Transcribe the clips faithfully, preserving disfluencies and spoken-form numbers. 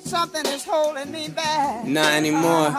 Something is holding me back. Not anymore.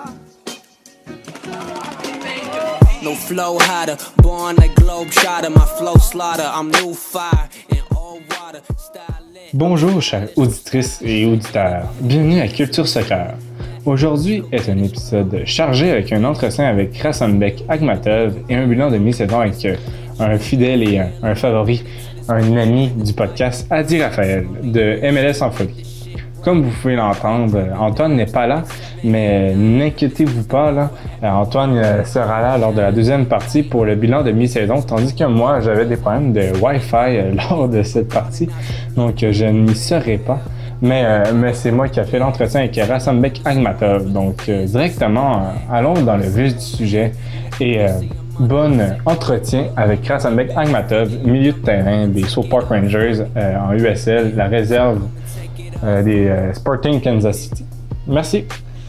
No flow hotter, born like globetrotter. My flow slaughter, I'm new fire in all water. Bonjour chères auditrices et auditeurs, bienvenue à Culture Soccer. Aujourd'hui est un épisode chargé avec un entretien avec Rasenbek Akhmatov et un bilan de mi-saison avec un fidèle et un, un favori, un ami du podcast Adi Raphaël de M L S en folie. Comme vous pouvez l'entendre, Antoine n'est pas là, mais n'inquiétez-vous pas, là, Antoine sera là lors de la deuxième partie pour le bilan de mi-saison, tandis que moi, j'avais des problèmes de Wi-Fi lors de cette partie, donc je n'y serai pas. Mais, euh, mais c'est moi qui ai fait l'entretien avec Rasenbek Akhmatov, donc euh, directement, euh, allons dans le vif du sujet et euh, bon entretien avec Rasenbek Akhmatov, milieu de terrain des South Park Rangers euh, en U S L, la réserve Euh, des euh, Sporting Kansas City. Merci.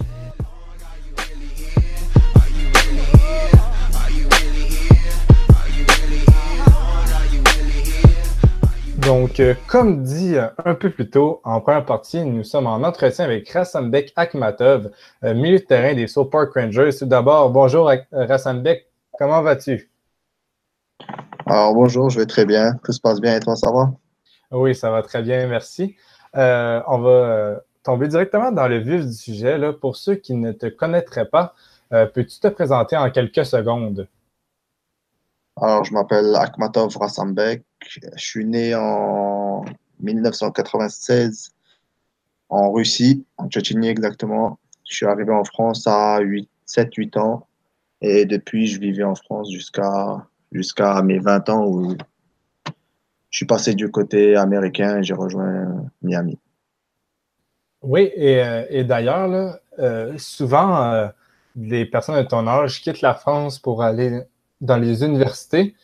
Donc, euh, comme dit euh, un peu plus tôt, en première partie, nous sommes en entretien avec Rasenbek Akhmatov, euh, milieu de terrain des South Park Rangers. Tout d'abord, bonjour euh, Rasenbek, comment vas-tu? Alors bonjour, je vais très bien, tout se passe bien et toi, ça va? Oui, ça va très bien, merci. Euh, on va euh, tomber directement dans le vif du sujet. Là. Pour ceux qui ne te connaîtraient pas, euh, peux-tu te présenter en quelques secondes? Alors je m'appelle Akhmatov Rasenbek, je suis né en mille neuf cent quatre-vingt-seize en Russie, en Tchétchénie exactement. Je suis arrivé en France à sept huit ans et depuis je vivais en France jusqu'à jusqu'à mes vingt ans où je suis passé du côté américain et j'ai rejoint Miami. Oui, et, euh, et d'ailleurs, là, euh, souvent, euh, les personnes de ton âge quittent la France pour aller dans les universités.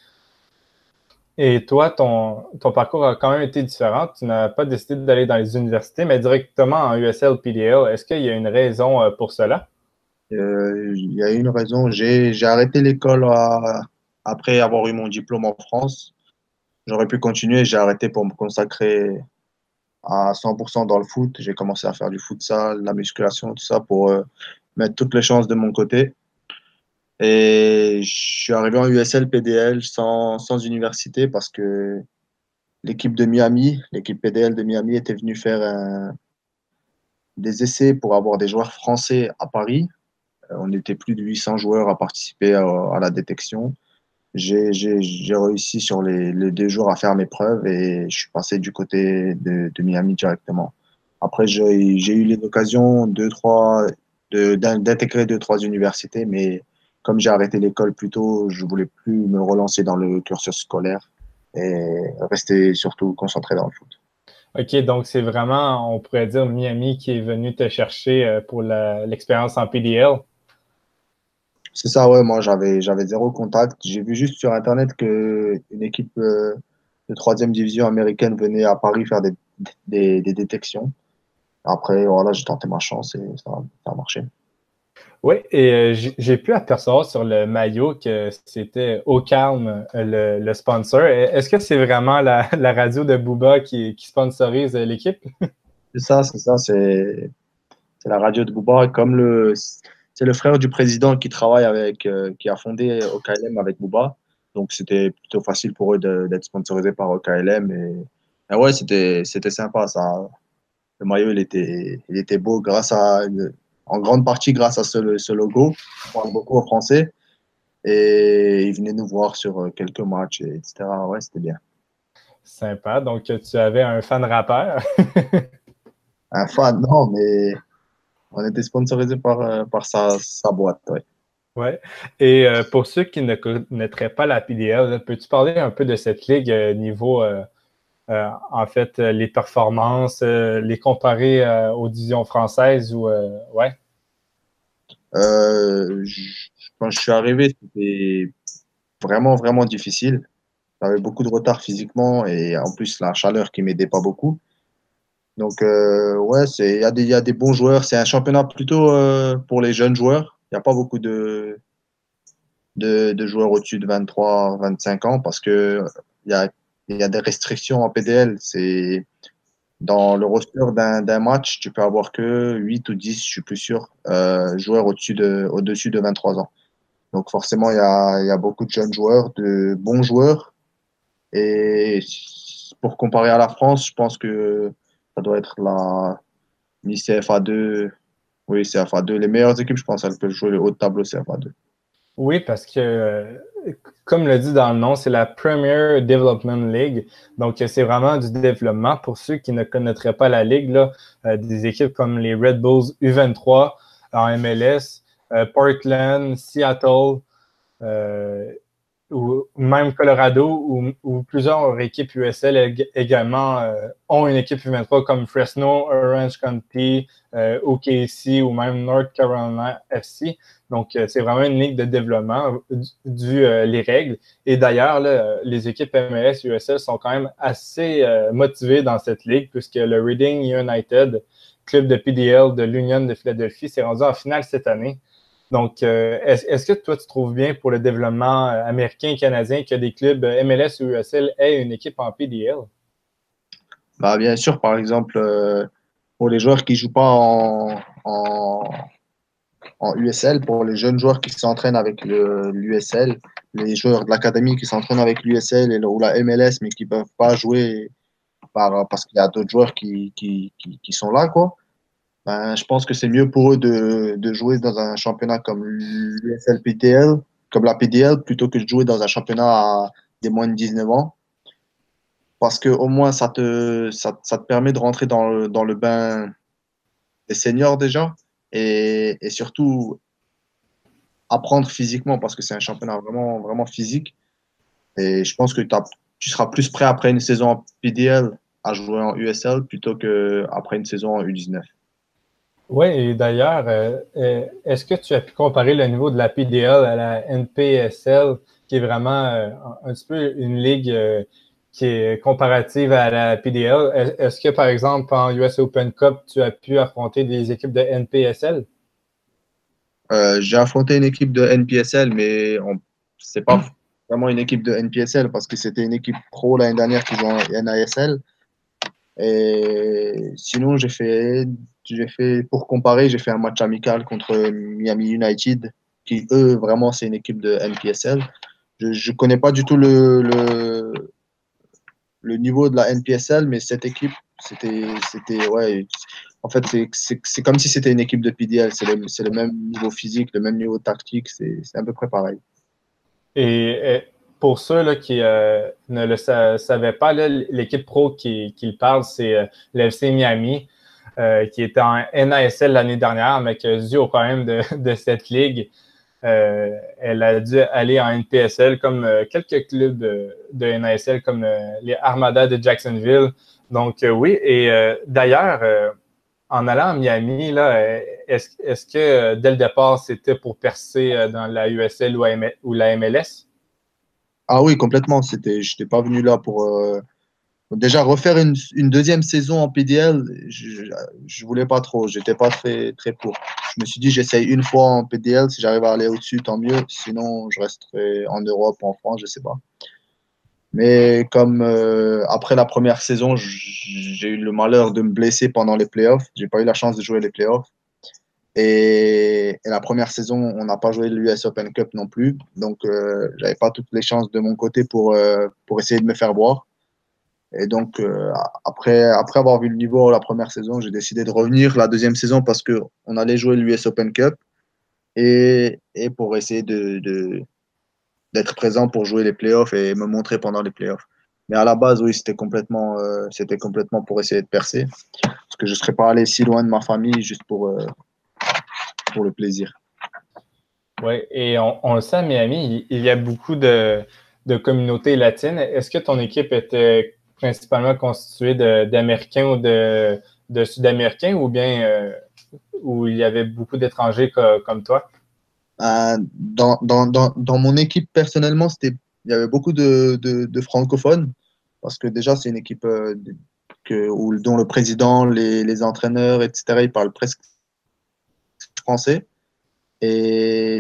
Et toi, ton, ton parcours a quand même été différent. Tu n'as pas décidé d'aller dans les universités, mais directement en U S L P D L. Est-ce qu'il y a une raison euh, pour cela? Euh, Il y a une raison, j'ai j'ai arrêté l'école à- après avoir eu mon diplôme en France. J'aurais pu continuer, j'ai arrêté pour me consacrer à cent pour cent dans le foot. J'ai commencé à faire du futsal, la musculation, tout ça pour euh, mettre toutes les chances de mon côté. Et je suis arrivé en U S L P D L sans, sans université parce que l'équipe de Miami, l'équipe P D L de Miami était venue faire un- des essais pour avoir des joueurs français à Paris. Euh, On était plus de huit cents joueurs à participer à, à la détection. J'ai j'ai- j'ai réussi sur les, les deux jours à faire mes preuves et je suis passé du côté de, de Miami directement. Après, j'ai j'ai eu l'occasion deux, trois, de- d'in- d'intégrer deux, trois universités, mais comme j'ai arrêté l'école plus tôt, je voulais plus me relancer dans le cursus scolaire et rester surtout concentré dans le foot. OK, donc c'est vraiment, on pourrait dire, Miami qui est venu te chercher euh, pour la- l'expérience en P D L. C'est ça, ouais, moi j'avais j'avais zéro contact. J'ai vu juste sur Internet que une équipe euh, de troisième division américaine venait à Paris faire des, des, des détections. Après, voilà, j'ai tenté ma chance et ça, ça a marché. Oui, et euh, j'ai j'ai pu apercevoir sur le maillot que c'était Au Calme, euh, le, le sponsor. Est-ce que c'est vraiment la, la radio de Booba qui, qui sponsorise euh, l'équipe? C'est ça, c'est ça, c'est c'est la radio de Booba. Comme le, c'est le frère du président qui travaille avec, euh, qui a fondé O K L M avec Booba. Donc c'était plutôt facile pour eux de- d'être sponsorisés par O K L M. Et, et ouais, c'était c'était sympa ça. Le maillot, il était, il était beau grâce à, en grande partie grâce à ce, ce logo. On parle beaucoup en français. Et ils venaient nous voir sur euh, quelques matchs, et etc. Ouais, c'était bien. Sympa. Donc, tu avais un fan rappeur. Un fan, non, mais on était sponsorisé par, euh, par sa, sa boîte. Ouais. Ouais. Et euh, pour ceux qui ne connaîtraient pas la P D L, là, peux-tu parler un peu de cette ligue euh, niveau, euh, euh, en fait, euh, les performances, euh, les comparer euh, aux divisions françaises ou, euh, ouais. Euh, je- quand je suis arrivé, c'était vraiment, vraiment difficile. J'avais beaucoup de retard physiquement et en plus la chaleur qui m'aidait pas beaucoup. Donc, euh, ouais, c'est, il y a des, il y a des bons joueurs. C'est un championnat plutôt euh, pour les jeunes joueurs. Il n'y a pas beaucoup de, de, de joueurs au-dessus de vingt-trois, vingt-cinq ans parce que il y a, il y a des restrictions en P D L. C'est, Dans le roster d'un d'un match, tu peux avoir que huit ou dix, je suis plus sûr, euh, joueurs au-dessus de, au-dessus de vingt-trois ans. Donc forcément, il y a, il y a beaucoup de jeunes joueurs, de bons joueurs. Et pour comparer à la France, je pense que ça doit être la mi-C F A deux. Oui, C F A deux. Les meilleures équipes, je pense, elles peuvent jouer le haut de tableau C F A deux. Oui, parce que, euh, comme le dit dans le nom, c'est la Premier Development League. Donc, c'est vraiment du développement. Pour ceux qui ne connaîtraient pas la ligue, là, euh, des équipes comme les Red Bulls U vingt-trois en M L S, euh, Portland, Seattle, euh, ou même Colorado, ou, ou plusieurs équipes U S L ég- également euh, ont une équipe U vingt-trois comme Fresno, Orange County, euh, O K C ou même North Carolina F C. Donc, euh, c'est vraiment une ligue de développement du, du euh, les règles. Et d'ailleurs, là, les équipes M L S et U S L sont quand même assez euh, motivées dans cette ligue puisque le Reading United, club de P D L de l'Union de Philadelphie, s'est rendu en finale cette année. Donc, euh, est-ce, est-ce que toi, tu trouves bien pour le développement euh, américain et canadien que des clubs euh, M L S ou U S L aient une équipe en P D L? Bah, bien sûr, par exemple, euh, pour les joueurs qui jouent pas en, en, en U S L, pour les jeunes joueurs qui s'entraînent avec le, l'U S L, les joueurs de l'académie qui s'entraînent avec l'U S L et le- ou la M L S, mais qui peuvent pas jouer par, parce qu'il y a d'autres joueurs qui, qui, qui, qui sont là, quoi. Ben, je pense que c'est mieux pour eux de, de jouer dans un championnat comme l'U S L P D L, comme la P D L, plutôt que de jouer dans un championnat à des moins de dix-neuf ans. Parce que au moins, ça te, ça, ça te permet de rentrer dans le, dans le bain des seniors déjà. Et, et surtout, apprendre physiquement, parce que c'est un championnat vraiment, vraiment physique. Et je pense que t'as- tu seras plus prêt après une saison en P D L à jouer en U S L plutôt qu'après une saison en U dix-neuf. Oui, et d'ailleurs, euh, euh, est-ce que tu as pu comparer le niveau de la P D L à la N P S L, qui est vraiment euh, un petit peu une ligue euh, qui est comparative à la P D L? Est- Est-ce que, par exemple, en U S Open Cup, tu as pu affronter des équipes de N P S L? Euh, j'ai affronté une équipe de N P S L, mais on, c'est pas vraiment une équipe de N P S L parce que c'était une équipe pro l'année dernière qui joue en N A S L. Et sinon, j'ai fait, j'ai fait, pour comparer, j'ai fait un match amical contre Miami United, qui eux, vraiment, c'est une équipe de N P S L. Je ne connais pas du tout le, le, le niveau de la N P S L, mais cette équipe, c'était, c'était, ouais, en fait, c'est, c'est, c'est comme si c'était une équipe de P D L. C'est le, c'est le même niveau physique, le même niveau tactique, c'est, c'est à peu près pareil. Et, et pour ceux là, qui euh, ne le sa- savaient pas, là, l'équipe pro qui, qui le parle, c'est euh, l'F C Miami, euh, qui était en N A S L l'année dernière, mais qui a dû au problème de, de cette ligue. Euh, elle a dû aller en N P S L comme euh, quelques clubs de, de N A S L, comme euh, les Armada de Jacksonville. Donc euh, oui, et euh, d'ailleurs, euh, en allant à Miami, là, euh, est-ce, est-ce que euh, dès le départ, c'était pour percer euh, dans la U S L ou, M- ou la M L S? Ah oui, complètement. C'était, je n'étais pas venu là pour, euh, déjà, refaire une, une deuxième saison en P D L, je, je voulais pas trop. J'étais pas très, très pour. Je me suis dit, j'essaye une fois en P D L. Si j'arrive à aller au-dessus, tant mieux. Sinon, je resterai en Europe, en France, je sais pas. Mais comme euh, après la première saison, j- j'ai eu le malheur de me blesser pendant les playoffs. J'ai pas eu la chance de jouer les playoffs. Et, et la première saison, on n'a pas joué l'U S Open Cup non plus. Donc, euh, j'avais pas toutes les chances de mon côté pour, euh, pour essayer de me faire voir. Et donc, euh, après, après avoir vu le niveau la première saison, j'ai décidé de revenir la deuxième saison parce que on allait jouer l'U S Open Cup et, et pour essayer de, de- d'être présent pour jouer les playoffs et me montrer pendant les playoffs. Mais à la base, oui, c'était complètement, euh, c'était complètement pour essayer de percer parce que je ne serais pas allé si loin de ma famille juste pour, euh, pour le plaisir. Oui, et on, on le sait à Miami, il, il y a beaucoup de, de communautés latines. Est-ce que ton équipe était principalement constituée de, d'Américains ou de, de Sud-Américains ou bien euh, où il y avait beaucoup d'étrangers co- comme toi? Euh, dans, dans, dans, dans mon équipe, personnellement, c'était, il y avait beaucoup de, de, de francophones parce que déjà, c'est une équipe euh, que, où, dont le président, les, les entraîneurs, et cetera, ils parlent presque français. Et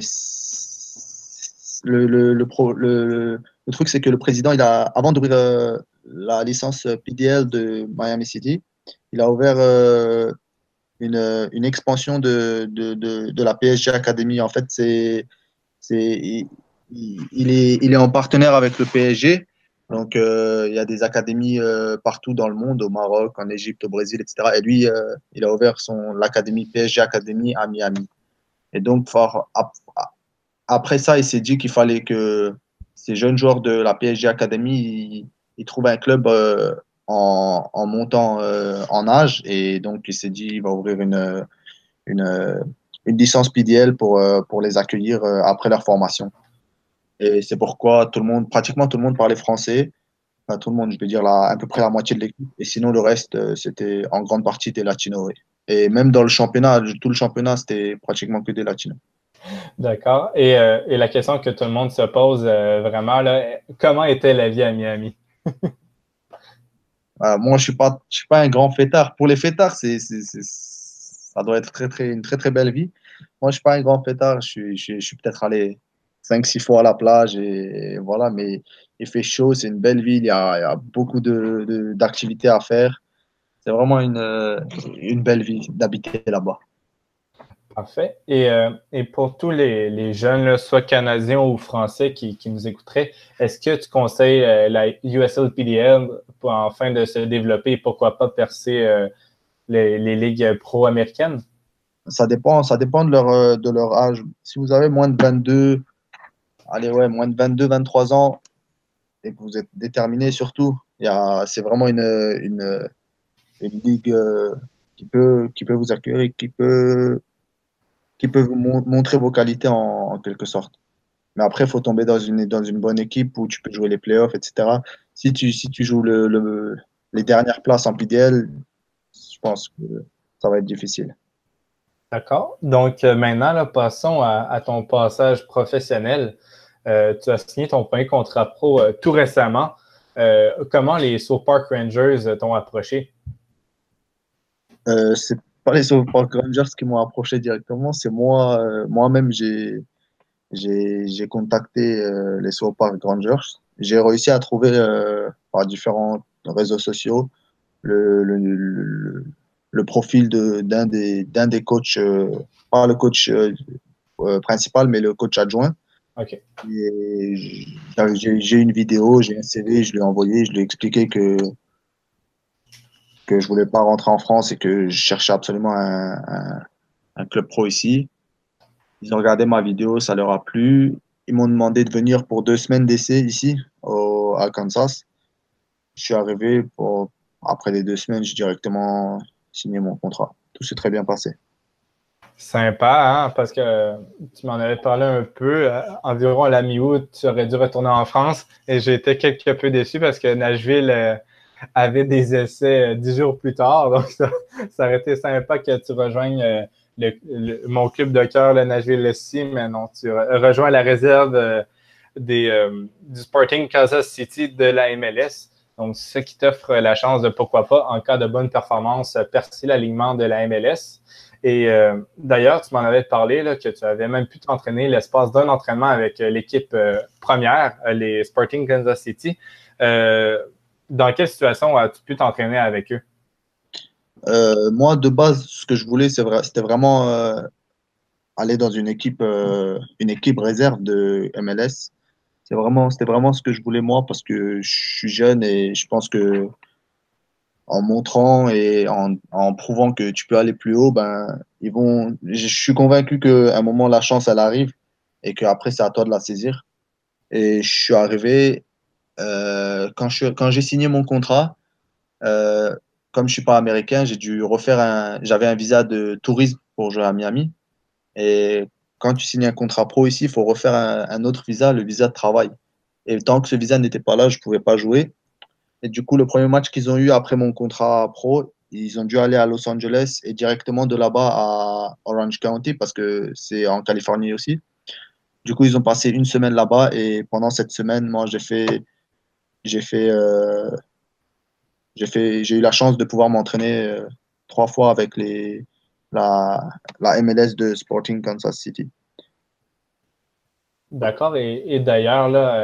le, le, le, pro, le, le truc, c'est que le président, il a, avant d'ouvrir euh, la licence P D L de Miami City, il a ouvert euh, une, une expansion de, de, de, de la P S G Academy. En fait, c'est, c'est, il, il est, il est en partenaire avec le P S G. Donc, euh, il y a des académies euh, partout dans le monde, au Maroc, en Égypte, au Brésil, et cetera. Et lui, euh, il a ouvert son, l'académie P S G Academy à Miami. Et donc, fort, ap- après ça, il s'est dit qu'il fallait que ces jeunes joueurs de la P S G Academy, ils, ils trouvent un club euh, en, en montant euh, en âge. Et donc, il s'est dit qu'il va ouvrir une, une, une licence P D L pour, euh, pour les accueillir euh, après leur formation. Et c'est pourquoi tout le monde, pratiquement tout le monde parlait français. Enfin, tout le monde, je veux dire, la, à peu près la moitié de l'équipe. Et sinon, le reste, euh, c'était en grande partie des latinos. Oui. Et même dans le championnat, tout le championnat, c'était pratiquement que des latinos. D'accord. Et, euh, et la question que tout le monde se pose euh, vraiment, là, comment était la vie à Miami? Euh, moi, je suis pas, je suis pas un grand fêtard. Pour les fêtards, c'est, c'est, c'est- ça doit être très, très, une très, très belle vie. Moi, je suis pas un grand fêtard. Je suis, je, suis je suis peut-être allé cinq, six fois à la plage et, voilà. Mais il fait chaud, c'est une belle ville. Il y a, il y a beaucoup de, de- d'activités à faire. C'est vraiment une, euh, une belle vie d'habiter là-bas. Parfait. Et, euh, et pour tous les, les jeunes, là, soit canadiens ou français qui, qui nous écouteraient, est-ce que tu conseilles euh, la U S L P D L pour enfin de se développer et pourquoi pas percer euh, les, les ligues pro-américaines? Ça dépend, ça dépend de leur, euh, de leur âge. Si vous avez moins de vingt-deux, allez, ouais, moins de vingt-deux, vingt-trois ans et que vous êtes déterminé surtout, il y a, c'est vraiment une, une, une ligue euh, qui peut, qui peut vous accueillir et qui peut, qui peut vous mon- montrer vos qualités en, en quelque sorte. Mais après, il faut tomber dans une, dans une bonne équipe où tu peux jouer les playoffs, et cetera. Si tu, si tu joues le, le- les dernières places en P D L, je pense que ça va être difficile. D'accord. Donc euh, maintenant, là, passons à, à ton passage professionnel. Euh, tu as signé ton premier contrat pro euh, tout récemment. Euh, comment les South Park Rangers euh, t'ont approché? Euh, c'est pas les South Park Rangers qui m'ont approché directement, c'est moi, euh, moi-même, j'ai, j'ai, j'ai contacté euh, les South Park Rangers. J'ai réussi à trouver euh, par différents réseaux sociaux le, le, le, le profil de, d'un des, d'un des coachs, euh, pas le coach euh, euh, principal, mais le coach adjoint. OK. Et j'ai j'ai une vidéo, j'ai un C V, je lui ai envoyé, je lui ai expliqué que, que je voulais pas rentrer en France et que je cherchais absolument un, un, un club pro ici. Ils ont regardé ma vidéo, ça leur a plu. Ils m'ont demandé de venir pour deux semaines d'essai ici, au, à Kansas. Je suis arrivé pour, après les deux semaines, j'ai directement signé mon contrat. Tout s'est très bien passé. Sympa, hein? Parce que euh, tu m'en avais parlé un peu. Euh, environ à la mi-août, tu aurais dû retourner en France et j'ai été quelque peu déçu parce que Nashville euh, avait des essais euh, dix jours plus tard. Donc, ça, ça aurait été sympa que tu rejoignes euh, le, le- mon club de cœur, le Nashville S C, mais non, tu re- rejoins la réserve euh, des, euh, du Sporting Kansas City de la M L S. Donc, ce qui t'offre la chance de, pourquoi pas, en cas de bonne performance, percer l'alignement de la M L S. Et euh, d'ailleurs, tu m'en avais parlé là, que tu avais même pu t'entraîner l'espace d'un entraînement avec euh, l'équipe euh, première, euh, les Sporting Kansas City. Euh, dans quelle situation as-tu pu t'entraîner avec eux? Euh, moi, de base, ce que je voulais, c'est vrai, c'était vraiment euh, aller dans une équipe, euh, une équipe réserve de M L S. C'est vraiment, c'était vraiment ce que je voulais moi parce que je suis jeune et je pense que en montrant et en, en prouvant que tu peux aller plus haut, ben, ils vont, je suis convaincu qu'à un moment, la chance, elle arrive et qu'après, c'est à toi de la saisir. Et je suis arrivé, euh, quand je, quand j'ai signé mon contrat, euh, comme je suis pas américain, j'ai dû refaire un, j'avais un visa de tourisme pour jouer à Miami. Et quand tu signes un contrat pro ici, il faut refaire un, un autre visa, le visa de travail. Et tant que ce visa n'était pas là, je pouvais pas jouer. Et du coup, le premier match qu'ils ont eu après mon contrat pro, ils ont dû aller à Los Angeles et directement de là-bas à Orange County parce que c'est en Californie aussi. Du coup, ils ont passé une semaine là-bas et pendant cette semaine, moi, j'ai fait, j'ai fait, euh, j'ai fait, j'ai eu la chance de pouvoir m'entraîner euh, trois fois avec les, la, la M L S de Sporting Kansas City. D'accord. Et, et d'ailleurs, là, euh,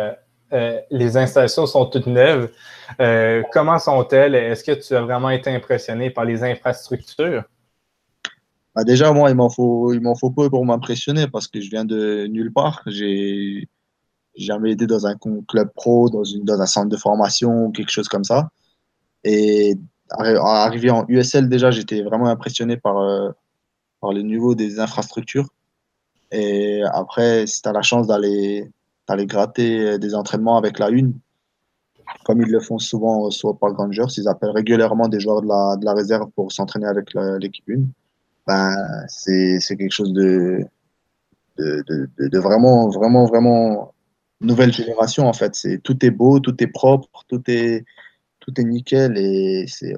euh, les installations sont toutes neuves. Euh, comment sont-elles? Est-ce que tu as vraiment été impressionné par les infrastructures? Bah, déjà, moi, il m'en faut, il m'en faut peu pour m'impressionner parce que je viens de nulle part. J'ai jamais été dans un con- club pro, dans une, dans un centre de formation ou quelque chose comme ça. Et arri- arrivé en U S L, déjà, j'étais vraiment impressionné par, euh, par le niveau des infrastructures. Et après, si tu as la chance d'aller d'aller gratter des entraînements avec la une, comme ils le font souvent au Swap Park Rangers, ils appellent régulièrement des joueurs de la, de la réserve pour s'entraîner avec la- l'équipe une. Ben, c'est, c'est quelque chose de, de, de, de- de vraiment, vraiment, vraiment nouvelle génération, en fait. C'est, tout est beau, tout est propre, tout est, tout est nickel et c'est,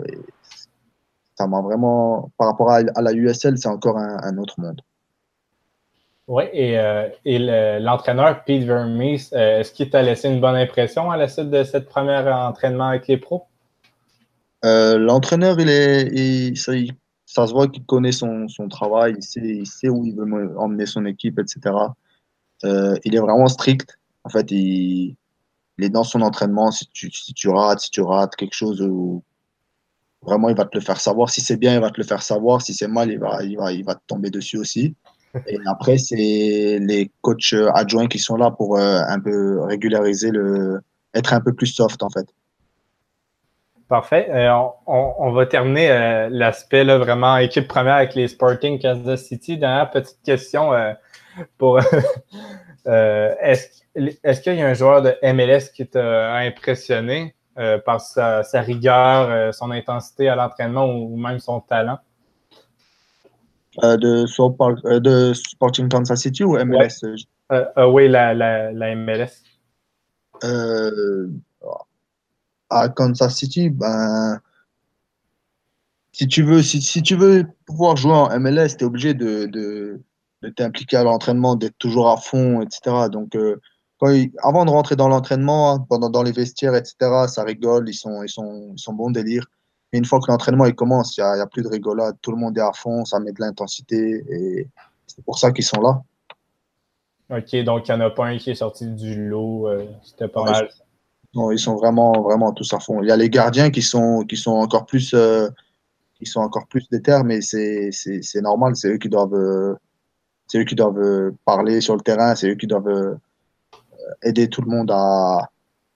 ça m'a vraiment, par rapport à, à la U S L, c'est encore un, un autre monde. Oui, et, euh, et le- l'entraîneur Pete Vermees, euh, est-ce qu'il t'a laissé une bonne impression à la suite de cette première entraînement avec les pros? Euh, l'entraîneur, il est, il- ça, il- ça se voit qu'il connaît son, son travail, il sait, il sait où il veut me- emmener son équipe, et cetera. Euh, il est vraiment strict. En fait, il, il est dans son entraînement. Si tu, si tu rates, si tu rates quelque chose, ou vraiment, il va te le faire savoir. Si c'est bien, il va te le faire savoir. Si c'est mal, il va, il va, il va te tomber dessus aussi. Et après, c'est les coachs adjoints qui sont là pour euh, un peu régulariser le, être un peu plus soft, en fait. Parfait. Euh, on, on- on va terminer euh, l'aspect là, vraiment équipe première avec les Sporting Kansas City. Dernière petite question euh, pour euh, est-ce, est-ce qu'il y a un joueur de M L S qui t'a impressionné euh, par sa, sa rigueur, euh, son intensité à l'entraînement ou, ou même son talent? Euh, de, Swap Park- euh, de Sporting Kansas City ou Ouais. M L S? Euh, euh, oui, la, la, la M L S. Euh, à Kansas City, ben, si tu veux, si, si tu veux pouvoir jouer en M L S, tu es obligé de, de, de t'impliquer à l'entraînement, d'être toujours à fond, et cetera. Donc, euh, quand ils- avant de rentrer dans l'entraînement, pendant dans les vestiaires, et cetera, ça rigole, ils sont, ils sont, ils sont bons délire. Mais une fois que l'entraînement il commence, il n'y a, il y a plus de rigolade, tout le monde est à fond, ça met de l'intensité et c'est pour ça qu'ils sont là. OK, donc il n'y en a pas un qui est sorti du lot. Euh, c'était pas Non, ils mal. sont, non, ils sont vraiment, vraiment tous à fond. Il y a les gardiens qui sont, qui sont encore plus, euh, qui sont encore plus déter, mais c'est, c'est, c'est normal, c'est eux qui doivent, euh, c'est eux qui doivent euh, parler sur le terrain, c'est eux qui doivent euh, aider tout le monde à,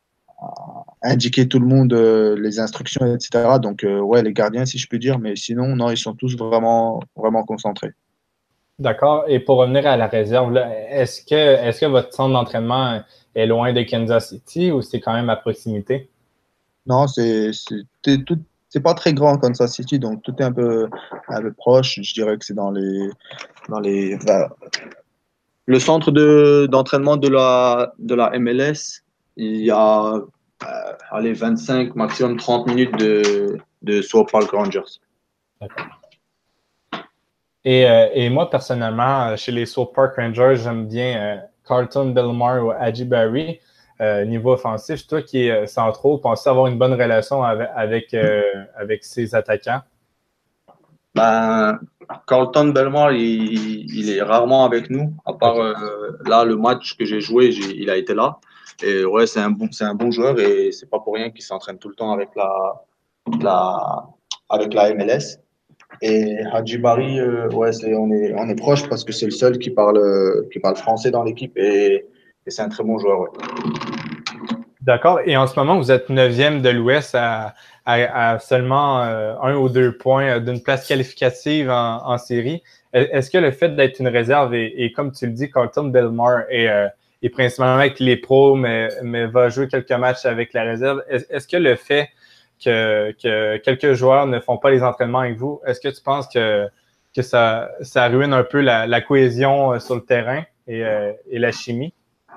à indiquer tout le monde euh, les instructions, et cetera. Donc, euh, ouais, les gardiens, si je peux dire, mais sinon, non, ils sont tous vraiment, vraiment concentrés. D'accord. Et pour revenir à la réserve, là, est-ce que, est-ce que votre centre d'entraînement est loin de Kansas City ou c'est quand même à proximité? Non, c'est, c'est, c'est tout, c'est pas très grand Kansas City, donc tout est un peu, un peu proche. Je dirais que c'est dans les, dans les, bah, le centre de, d'entraînement de la, de la M L S, il y a euh, allez, vingt-cinq, maximum trente minutes de, de Swap Park Rangers. D'accord. Et, euh, et moi, personnellement, chez les Soul Park Rangers, j'aime bien euh, Carlton Belmar ou Hadji Barry. Euh, niveau offensif, toi qui es centraux, pensez avoir une bonne relation avec, avec, euh, avec ses attaquants? Ben, Carlton Belmar, il, il est rarement avec nous, à part OK. euh, là, le match que j'ai joué, j'ai- il a été là. Et ouais, c'est un bon, c'est un bon joueur et c'est pas pour rien qu'il s'entraîne tout le temps avec la, la, avec la M L S. Et Hadji Barry, euh, ouais, c'est, on est, on est proche parce que c'est le seul qui parle, euh, qui parle français dans l'équipe et, et c'est un très bon joueur. Ouais. D'accord. Et en ce moment, vous êtes neuvième de l'Ouest à, à, à seulement euh, un ou deux points d'une place qualificative en, en série. Est-ce que le fait d'être une réserve et, et comme tu le dis, Carlton Belmar est, euh, est principalement avec les pros, mais, mais va jouer quelques matchs avec la réserve, est-ce, est-ce que le fait que, que quelques joueurs ne font pas les entraînements avec vous, est-ce que tu penses que, que ça, ça ruine un peu la, la cohésion sur le terrain et, euh, et la chimie?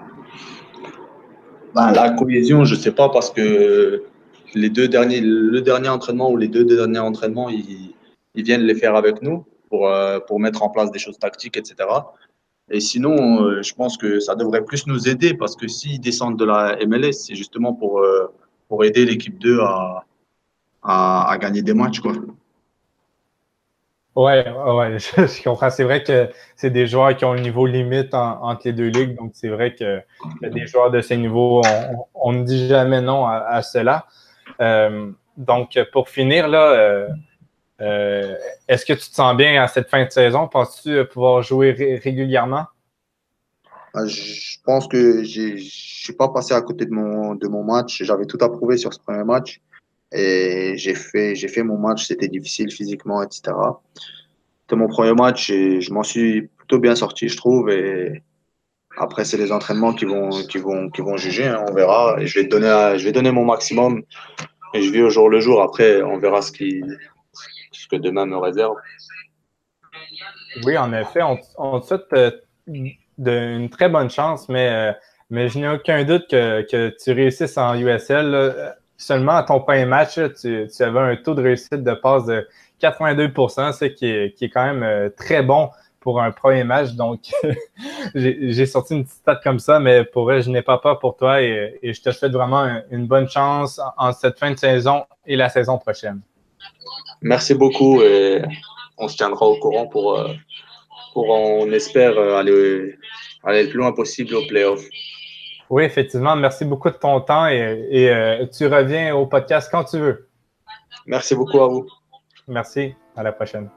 Ben, la cohésion, je sais pas parce que les deux derniers, le dernier entraînement ou les deux derniers entraînements, ils, ils viennent les faire avec nous pour, euh, pour mettre en place des choses tactiques, et cetera. Et sinon, euh, je pense que ça devrait plus nous aider parce que s'ils descendent de la M L S, c'est justement pour, euh, pour aider l'équipe deux à, à, à gagner des matchs, quoi. Ouais, ouais, je, je comprends. C'est vrai que c'est des joueurs qui ont le niveau limite en- entre les deux ligues. Donc, c'est vrai que, que des joueurs de ces niveaux, on, on ne dit jamais non à, à cela. Euh, donc, pour finir, là, euh, euh, est-ce que tu te sens bien à cette fin de saison? Penses-tu pouvoir jouer ré- régulièrement? Euh, Je pense que j'ai, je suis pas passé à côté de mon, de mon match. J'avais tout approuvé sur ce premier match et j'ai fait, j'ai fait mon match. C'était difficile physiquement, et cetera. C'était mon premier match et je m'en suis plutôt bien sorti, je trouve. Et après, c'est les entraînements qui vont, qui vont, qui vont juger, hein, on verra. Et je vais donner, à- je vais donner mon maximum et je vis au jour le jour. Après, on verra ce qui, ce que demain me réserve. Oui, en effet, on, on te souhaite euh, de- une très bonne chance, mais, euh, mais je n'ai aucun doute que, que tu réussisses en U S L. Là. Seulement à ton premier match, là, tu, tu avais un taux de réussite de passe de quatre-vingt-deux pour cent, ce qui est, qui est quand même euh, très bon pour un premier match. Donc, j'ai j'ai sorti une petite stat comme ça, mais pour vrai, je n'ai pas peur pour toi et, et je te souhaite vraiment un- une bonne chance en, en cette fin de saison et la saison prochaine. Merci beaucoup et on se tiendra au courant pour, euh, pour on espère euh, aller, aller le plus loin possible au playoff. Oui, effectivement. Merci beaucoup de ton temps et, et euh, tu reviens au podcast quand tu veux. Merci beaucoup à vous. Merci. À la prochaine.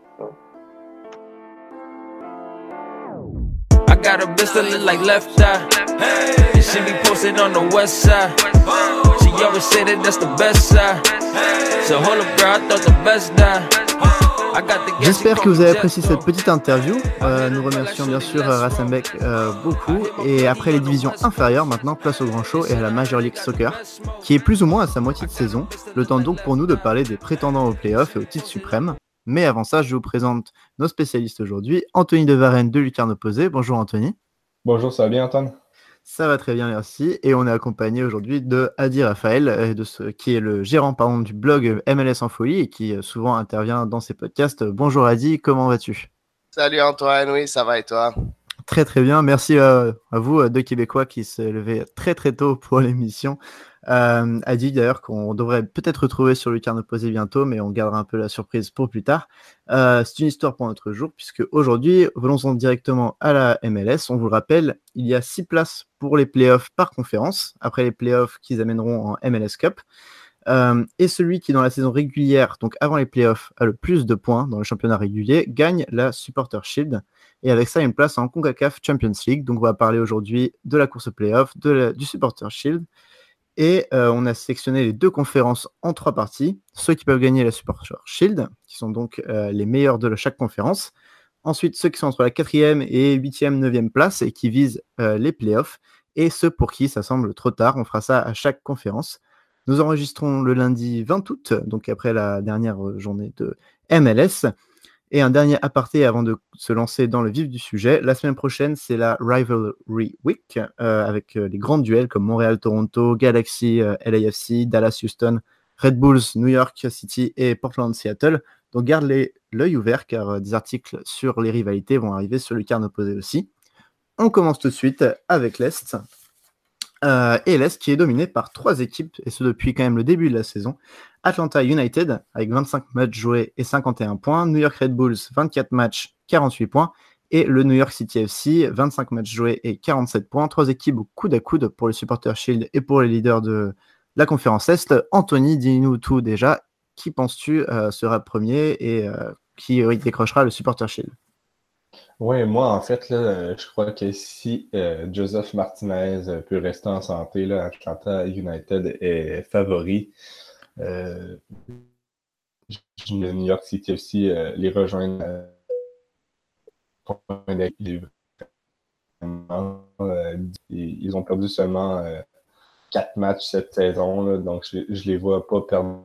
I got a bitch that look like Left Eye. And she be posted on the west side. She always say that that's the best side. So hold up, girl, I thought the best die. I got the gas, J'espère she que vous call me avez Jet. apprécié cette petite interview. Euh, nous remercions bien sûr euh, Rasenbeck euh, beaucoup. Et après les divisions inférieures, maintenant place au Grand Show et à la Major League Soccer, qui est plus ou moins à sa moitié de saison. Le temps donc pour nous de parler des prétendants au playoff et au titre suprême. Mais avant ça, je vous présente nos spécialistes aujourd'hui. Anthony de Varenne de Lucarne Opposé. Bonjour Anthony. Bonjour, ça va bien, Antoine? Ça va très bien, merci. Et on est accompagné aujourd'hui de Adi Raphaël, euh, de ce, qui est le gérant pardon, du blog M L S en folie et qui euh, souvent intervient dans ces podcasts. Bonjour Adi, comment vas-tu? Salut Antoine, oui, ça va et toi? Très très bien, merci euh, à vous, euh, deux Québécois qui s'est levé très très tôt pour l'émission. Euh, Adi d'ailleurs qu'on devrait peut-être retrouver sur Lucarne Opposé bientôt, mais on gardera un peu la surprise pour plus tard. Euh, c'est une histoire pour notre jour, puisque aujourd'hui, venons-en directement à la M L S. On vous le rappelle, il y a six places pour les playoffs par conférence, après les playoffs qu'ils amèneront en M L S Cup. Euh, et celui qui, dans la saison régulière, donc avant les playoffs, a le plus de points dans le championnat régulier, gagne la Supporter Shield. Et avec ça, une place en CONCACAF Champions League. Donc, on va parler aujourd'hui de la course aux playoffs, de la, du Supporter Shield. Et euh, on a sélectionné les deux conférences en trois parties. Ceux qui peuvent gagner la Supporter Shield, qui sont donc euh, les meilleurs de chaque conférence. Ensuite, ceux qui sont entre la quatrième et huitième, neuvième place et qui visent euh, les playoffs. Et ceux pour qui ça semble trop tard. On fera ça à chaque conférence. Nous enregistrons le lundi vingt août, donc après la dernière journée de M L S. Et un dernier aparté avant de se lancer dans le vif du sujet. La semaine prochaine, c'est la Rivalry Week, euh, avec euh, les grands duels comme Montréal-Toronto, Galaxy, euh, L A F C, Dallas-Houston, Red Bulls, New York City et Portland-Seattle. Donc garde l'œil ouvert car euh, des articles sur les rivalités vont arriver sur Lucarne Opposé aussi. On commence tout de suite avec l'Est. Euh, et l'Est qui est dominé par trois équipes, et ce depuis quand même le début de la saison. Atlanta United avec vingt-cinq matchs joués et cinquante et un points. New York Red Bulls, vingt-quatre matchs, quarante-huit points. Et le New York City F C, vingt-cinq matchs joués et quarante-sept points. Trois équipes au coude à coude pour les Supporters Shield et pour les leaders de la conférence Est. Anthony, dis-nous tout déjà. Qui penses-tu euh, sera premier et euh, qui euh, décrochera le Supporter Shield? Oui, moi, en fait, là, je crois que si euh, Joseph Martinez peut rester en santé, là, Atlanta United est favori. Euh, le New York City F C euh, les rejoindre. Euh, euh, ils ont perdu seulement euh, quatre matchs cette saison, là, donc je, je les vois pas perdre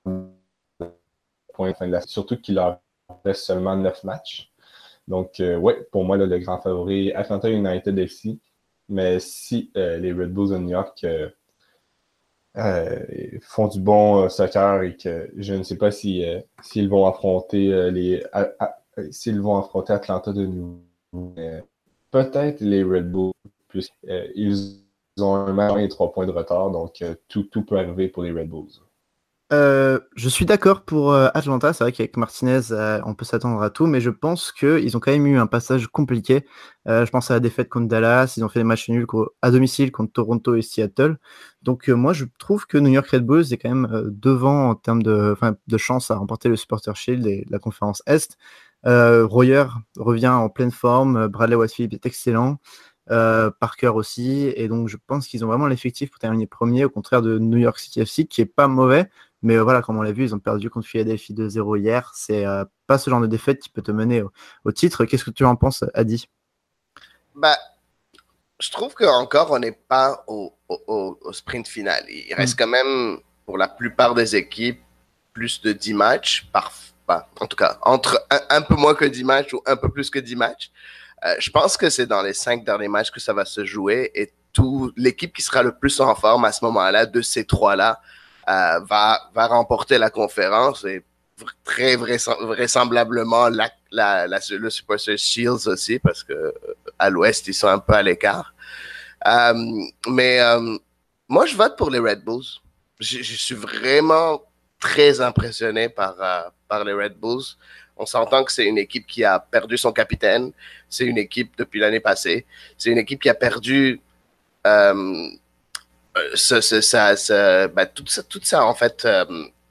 point fin de la surtout qu'il leur reste seulement neuf matchs. Donc, euh, ouais, pour moi, là, le grand favori, Atlanta United F C. Mais si euh, les Red Bulls de New York euh, euh, font du bon euh, soccer et que je ne sais pas si, euh, s'ils vont affronter euh, les à, à, s'ils vont affronter Atlanta de nouveau. Euh, peut-être les Red Bulls, plus euh, ils ont un match et trois points de retard, donc euh, tout, tout peut arriver pour les Red Bulls. Euh, je suis d'accord pour euh, Atlanta. C'est vrai qu'avec Martinez, euh, on peut s'attendre à tout, mais je pense qu'ils ont quand même eu un passage compliqué. Euh, je pense à la défaite contre Dallas. Ils ont fait des matchs nuls co- à domicile contre Toronto et Seattle. Donc, euh, moi, je trouve que New York Red Bulls est quand même euh, devant en termes de, enfin, de chance à remporter le Supporter Shield et la conférence Est. Euh, Royer revient en pleine forme. Bradley Whitefield est excellent. Euh, Parker aussi. Et donc, je pense qu'ils ont vraiment l'effectif pour terminer premier, au contraire de New York City F C, qui est pas mauvais. Mais euh, voilà, comme on l'a vu, ils ont perdu contre Philadelphie deux zéro hier. C'est euh, pas ce genre de défaite qui peut te mener au, au titre. Qu'est-ce que tu en penses, Adi? Bah, je trouve qu'encore, on n'est pas au, au, au sprint final. Il reste mm. quand même, pour la plupart des équipes, plus de dix matchs, par, bah, en tout cas, entre un, un peu moins que dix matchs ou un peu plus que dix matchs. Euh, je pense que c'est dans les cinq derniers matchs que ça va se jouer et tout, l'équipe qui sera le plus en forme à ce moment-là, de ces trois-là, euh, va, va remporter la conférence et très vraisem- vraisemblablement la, la, la, le Supporters Shield aussi, parce que euh, à l'ouest, ils sont un peu à l'écart. Euh, mais euh, moi, je vote pour les Red Bulls. Je, je suis vraiment très impressionné par, euh, par les Red Bulls. On s'entend que c'est une équipe qui a perdu son capitaine. C'est une équipe depuis l'année passée. C'est une équipe qui a perdu euh, ce, ce, ça, ce, ben, tout ça, tout ça en fait. Euh,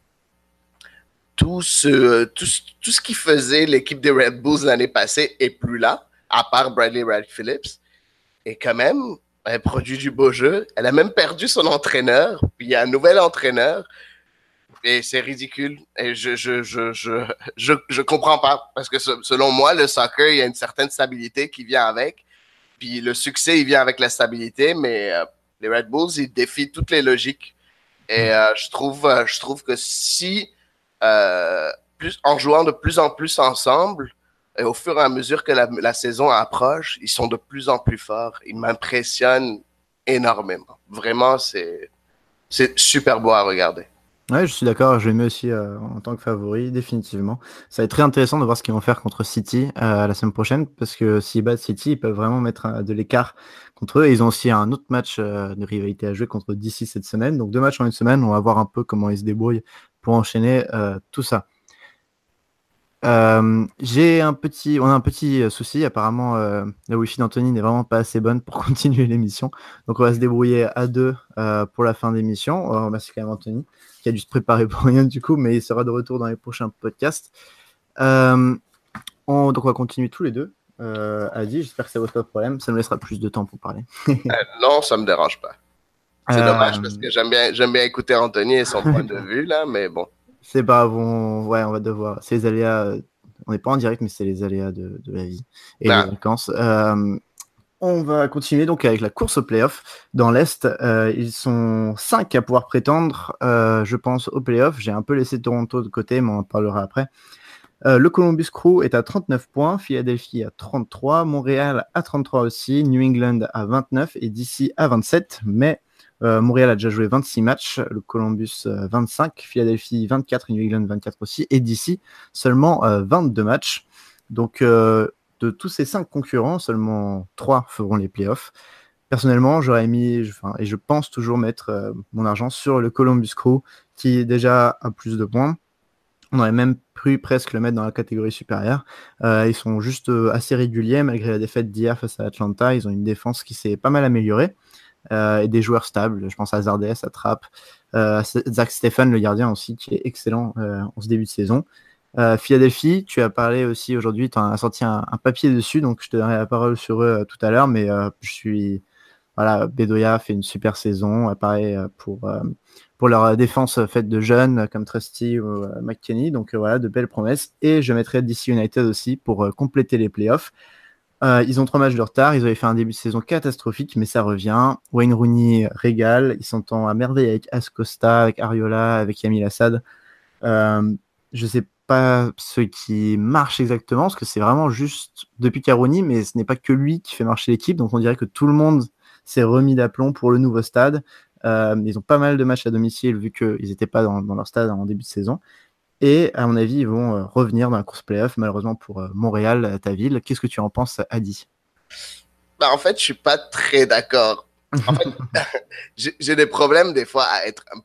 tout ce, tout, tout ce qui faisait l'équipe des Red Bulls l'année passée est plus là, à part Bradley Wright Phillips. Et quand même, elle produit du beau jeu. Elle a même perdu son entraîneur. Puis il y a un nouvel entraîneur. Et c'est ridicule. Et je, je, je, je, je, je comprends pas. Parce que selon moi, le soccer, il y a une certaine stabilité qui vient avec. Puis le succès, il vient avec la stabilité. Mais euh, les Red Bulls, ils défient toutes les logiques. Et euh, je trouve, euh, je trouve que si, euh, plus, en jouant de plus en plus ensemble, et au fur et à mesure que la, la saison approche, ils sont de plus en plus forts. Ils m'impressionnent énormément. Vraiment, c'est, c'est super beau à regarder. Ouais, je suis d'accord, je les mets aussi euh, en tant que favori, définitivement. Ça va être très intéressant de voir ce qu'ils vont faire contre City euh, la semaine prochaine, parce que s'ils battent City, ils peuvent vraiment mettre euh, de l'écart contre eux. Et ils ont aussi un autre match euh, de rivalité à jouer contre D C cette semaine. Donc deux matchs en une semaine, on va voir un peu comment ils se débrouillent pour enchaîner euh, tout ça. Euh, j'ai un petit, on a un petit souci. Apparemment, euh, la Wi-Fi d'Anthony n'est vraiment pas assez bonne pour continuer l'émission. Donc, on va se débrouiller à deux euh, pour la fin d'émission. On remercie quand même Anthony qui a dû se préparer pour rien du coup, mais il sera de retour dans les prochains podcasts. Euh, on, donc, on va continuer tous les deux. Euh, Adi, j'espère que ça ne pose pas de problème. Ça me laissera plus de temps pour parler. euh, non, ça me dérange pas. C'est euh... dommage parce que j'aime bien, j'aime bien écouter Anthony et son point de vue là, mais bon. C'est pas bon, ouais, on va devoir. C'est les aléas, on n'est pas en direct, mais c'est les aléas de, de la vie et ah. des vacances. Euh, on va continuer donc avec la course au play-off. Dans l'Est, euh, ils sont cinq à pouvoir prétendre, euh, je pense, au play-off. J'ai un peu laissé Toronto de côté, mais on en parlera après. Euh, le Columbus Crew est à trente-neuf points, Philadelphie à trente-trois, Montréal à trente-trois aussi, New England à vingt-neuf et D C à vingt-sept, mais Euh, Montréal a déjà joué vingt-six matchs, le Columbus euh, vingt-cinq, Philadelphie vingt-quatre et New England vingt-quatre aussi, et D C seulement euh, vingt-deux matchs. Donc euh, de tous ces cinq concurrents, seulement trois feront les playoffs. Personnellement, j'aurais mis, enfin, et je pense toujours mettre euh, mon argent sur le Columbus Crew, qui est déjà à plus de points. On aurait même pu presque le mettre dans la catégorie supérieure. Euh, ils sont juste euh, assez réguliers, malgré la défaite d'hier face à Atlanta. Ils ont une défense qui s'est pas mal améliorée. Euh, et des joueurs stables, je pense à Zardes, à Trapp, euh, Zach Stephan, le gardien aussi, qui est excellent euh, en ce début de saison. Euh, Philadelphie, tu as parlé aussi aujourd'hui, tu as sorti un, un papier dessus, donc je te donnerai la parole sur eux euh, tout à l'heure, mais euh, je suis... Voilà, Bedoya fait une super saison, euh, pareil euh, pour, euh, pour leur défense faite de jeunes comme Trusty ou euh, McKinney, donc euh, voilà, de belles promesses. Et je mettrai D C United aussi pour euh, compléter les playoffs. Euh, ils ont trois matchs de retard, ils avaient fait un début de saison catastrophique, mais ça revient. Wayne Rooney régale, il s'entend à merveille avec Ascosta, avec Ariola, avec Yamil Assad. Euh, je sais pas ce qui marche exactement, parce que c'est vraiment juste depuis Rooney, mais ce n'est pas que lui qui fait marcher l'équipe, donc on dirait que tout le monde s'est remis d'aplomb pour le nouveau stade. Euh, ils ont pas mal de matchs à domicile, vu qu'ils n'étaient pas dans, dans leur stade en début de saison. Et à mon avis, ils vont euh, revenir dans la course play-off, malheureusement pour euh, Montréal, ta ville. Qu'est-ce que tu en penses, Adi? Bah, en fait, je suis pas très d'accord. En fait, j'ai, j'ai des problèmes des fois à être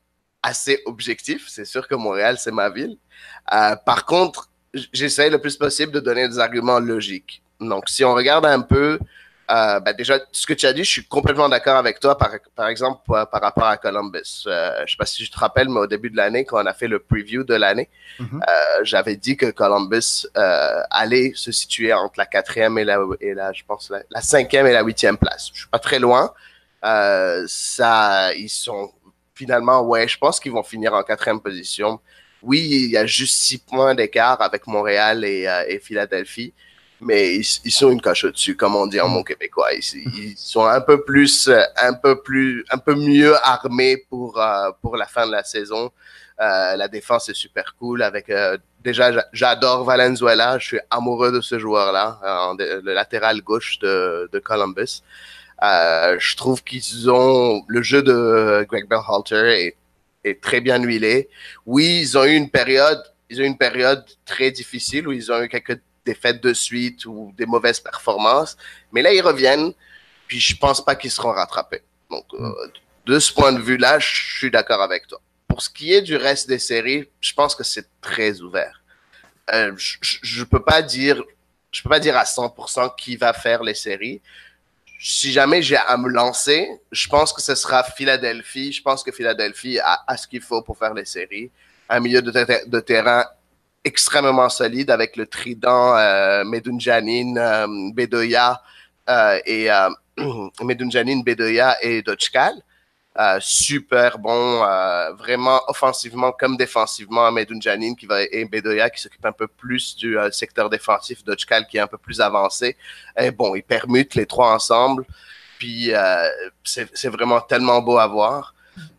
assez objectif. C'est sûr que Montréal, c'est ma ville. Euh, par contre, j'essaie le plus possible de donner des arguments logiques. Donc, si on regarde un peu, euh, ben déjà, ce que tu as dit, je suis complètement d'accord avec toi, par, par exemple, par, par rapport à Columbus. Euh, je ne sais pas si je te rappelle, mais au début de l'année, quand on a fait le preview de l'année, mm-hmm. euh, j'avais dit que Columbus euh, allait se situer entre la quatrième et la, et la je pense, la, la cinquième et la huitième place. Je suis pas très loin. Euh, ça, ils sont finalement, ouais, je pense qu'ils vont finir en quatrième position. Oui, il y a juste six points d'écart avec Montréal et, euh, et Philadelphie, mais ils, ils sont une coche au-dessus, comme on dit en bon québécois. Ils, ils sont un peu plus, un peu plus, un peu mieux armés pour euh, pour la fin de la saison. Euh, la défense est super cool. Avec euh, déjà, j'adore Valenzuela. Je suis amoureux de ce joueur-là, euh, le latéral gauche de, de Columbus. Euh, je trouve qu'ils ont le jeu de Greg Berhalter est est très bien huilé. Oui, ils ont eu une période, ils ont eu une période très difficile où ils ont eu quelques défaites de suite ou des mauvaises performances, mais là ils reviennent, puis je pense pas qu'ils seront rattrapés. Donc euh, de ce point de vue-là, je suis d'accord avec toi. Pour ce qui est du reste des séries, je pense que c'est très ouvert. Euh, je, je, je peux pas dire, je peux pas dire à cent pour cent qui va faire les séries. Si jamais j'ai à me lancer, je pense que ce sera Philadelphie. Je pense que Philadelphie a, a ce qu'il faut pour faire les séries. Un milieu de, ter- de terrain extrêmement solide avec le trident euh, Medunjanin, euh, Bedoya euh, et euh, Medunjanin, Bedoya et Dochkal. Euh, super bon, euh, vraiment offensivement comme défensivement. Medunjanin qui va et Bedoya qui s'occupe un peu plus du euh, secteur défensif, Dochkal qui est un peu plus avancé. Et bon, ils permutent les trois ensemble. Puis euh, c'est, c'est vraiment tellement beau à voir.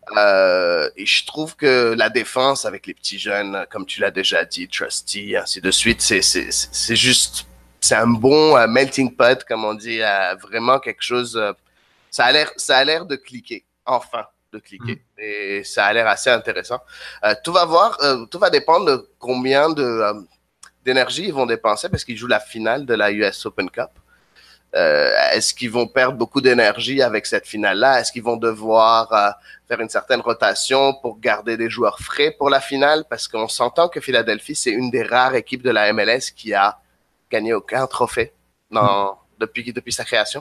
Euh, et je trouve que la défense avec les petits jeunes, comme tu l'as déjà dit, Trusty, ainsi de suite, c'est c'est c'est juste, c'est un bon euh, melting pot, comme on dit, euh, vraiment quelque chose. Euh, ça a l'air, ça a l'air de cliquer. Enfin, de cliquer. Mmh. Et ça a l'air assez intéressant. Euh, tout va voir, euh, tout va dépendre de combien de, euh, d'énergie ils vont dépenser parce qu'ils jouent la finale de la U S Open Cup. Euh, est-ce qu'ils vont perdre beaucoup d'énergie avec cette finale-là? Est-ce qu'ils vont devoir euh, faire une certaine rotation pour garder des joueurs frais pour la finale? Parce qu'on s'entend que Philadelphie, c'est une des rares équipes de la M L S qui a gagné aucun trophée dans, mmh. depuis, depuis sa création.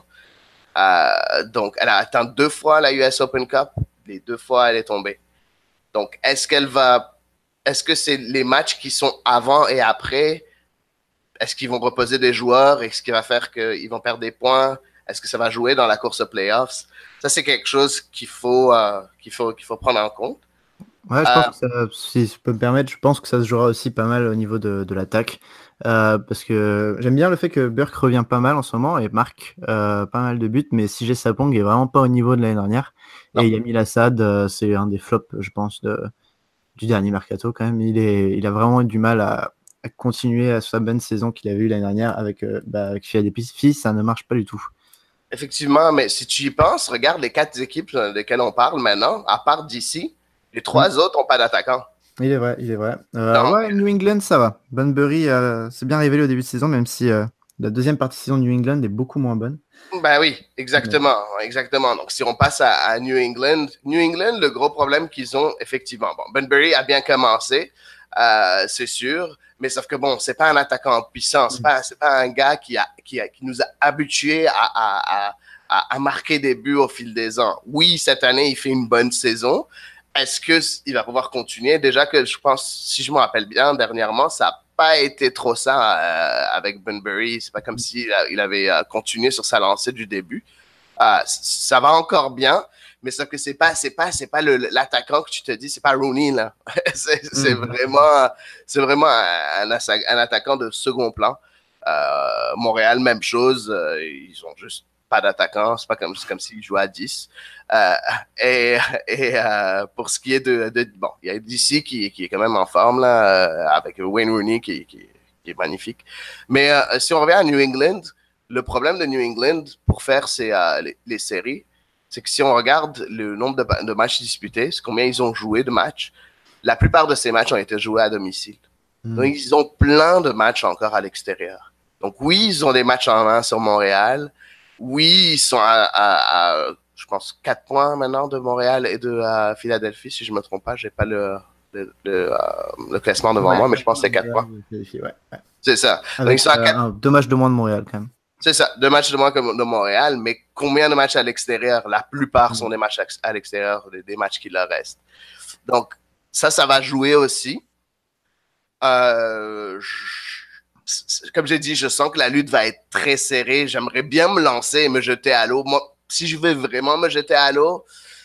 Euh, donc, elle a atteint deux fois la U S Open Cup. Les deux fois, elle est tombée. Donc, est-ce qu'elle va... Est-ce que c'est les matchs qui sont avant et après? Est-ce qu'ils vont reposer des joueurs? Est-ce qu'il va faire qu'ils vont perdre des points? Est-ce que ça va jouer dans la course aux playoffs? Ça, c'est quelque chose qu'il faut, euh, qu'il faut, qu'il faut prendre en compte. Ouais, je pense euh, que ça, si je peux me permettre, je pense que ça se jouera aussi pas mal au niveau de, de l'attaque. Euh, parce que j'aime bien le fait que Burke revient pas mal en ce moment et marque euh, pas mal de buts, mais C J Sapong est vraiment pas au niveau de l'année dernière. Non. Et Yamil Assad, euh, c'est un des flops, je pense, de, du dernier mercato quand même. Il, est, il a vraiment eu du mal à, à continuer à sa bonne saison qu'il avait eue l'année dernière avec, euh, bah, avec Philadelphie. Ça ne marche pas du tout. Effectivement, mais si tu y penses, regarde les quatre équipes desquelles on parle maintenant, à part D C, les trois mmh. autres n'ont pas d'attaquant. Il est vrai, il est vrai. Euh, ouais, New England, ça va. Bunbury, euh, c'est bien révélé au début de saison, même si euh, la deuxième partie de saison de New England est beaucoup moins bonne. Ben oui, exactement, ouais. exactement. Donc, si on passe à, à New England, New England, le gros problème qu'ils ont, effectivement, bon, Bunbury a bien commencé, euh, c'est sûr, mais sauf que bon, c'est pas un attaquant puissant, c'est pas, c'est pas un gars qui a, qui a, qui nous a habitués à, à, à, à marquer des buts au fil des ans. Oui, cette année, il fait une bonne saison. Est-ce qu'il va pouvoir continuer? Déjà que je pense, si je me rappelle bien, dernièrement, ça n'a pas été trop ça euh, avec Bunbury. C'est pas comme s'il il avait euh, continué sur sa lancée du début. Euh, ça va encore bien, mais sauf que c'est pas, c'est pas, c'est pas le, l'attaquant que tu te dis, c'est pas Rooney là. c'est, c'est mm-hmm. vraiment, c'est vraiment un, un, un attaquant de second plan. Euh, Montréal, même chose. Euh, ils ont juste pas d'attaquant, c'est pas comme, c'est comme s'il jouait à dix. Euh, et et euh, pour ce qui est de, de bon, il y a D C qui, qui est quand même en forme là, euh, avec Wayne Rooney qui, qui, qui est magnifique. Mais euh, si on revient à New England, le problème de New England pour faire ces, euh, les, les séries, c'est que si on regarde le nombre de, de matchs disputés, c'est combien ils ont joué de matchs, la plupart de ces matchs ont été joués à domicile. Mm. Donc ils ont plein de matchs encore à l'extérieur. Donc oui, ils ont des matchs en main sur Montréal. Oui, ils sont à, à, à je pense, quatre points maintenant de Montréal et de euh, Philadelphie, si je me trompe pas. J'ai pas le, le, le, euh, le classement devant Ouais, moi, mais je pense que c'est quatre points. Ouais, ouais. C'est ça. Avec, Donc, ils sont à euh, quatre... un, deux matchs de moins de Montréal, quand même. C'est ça, deux matchs de moins que de Montréal, mais combien de matchs à l'extérieur? La plupart sont des matchs à l'extérieur, des, des matchs qui leur restent. Donc, ça, ça va jouer aussi. Euh, je, comme j'ai dit, je sens que la lutte va être très serrée. J'aimerais bien me lancer et me jeter à l'eau. Moi, si je veux vraiment me jeter à l'eau,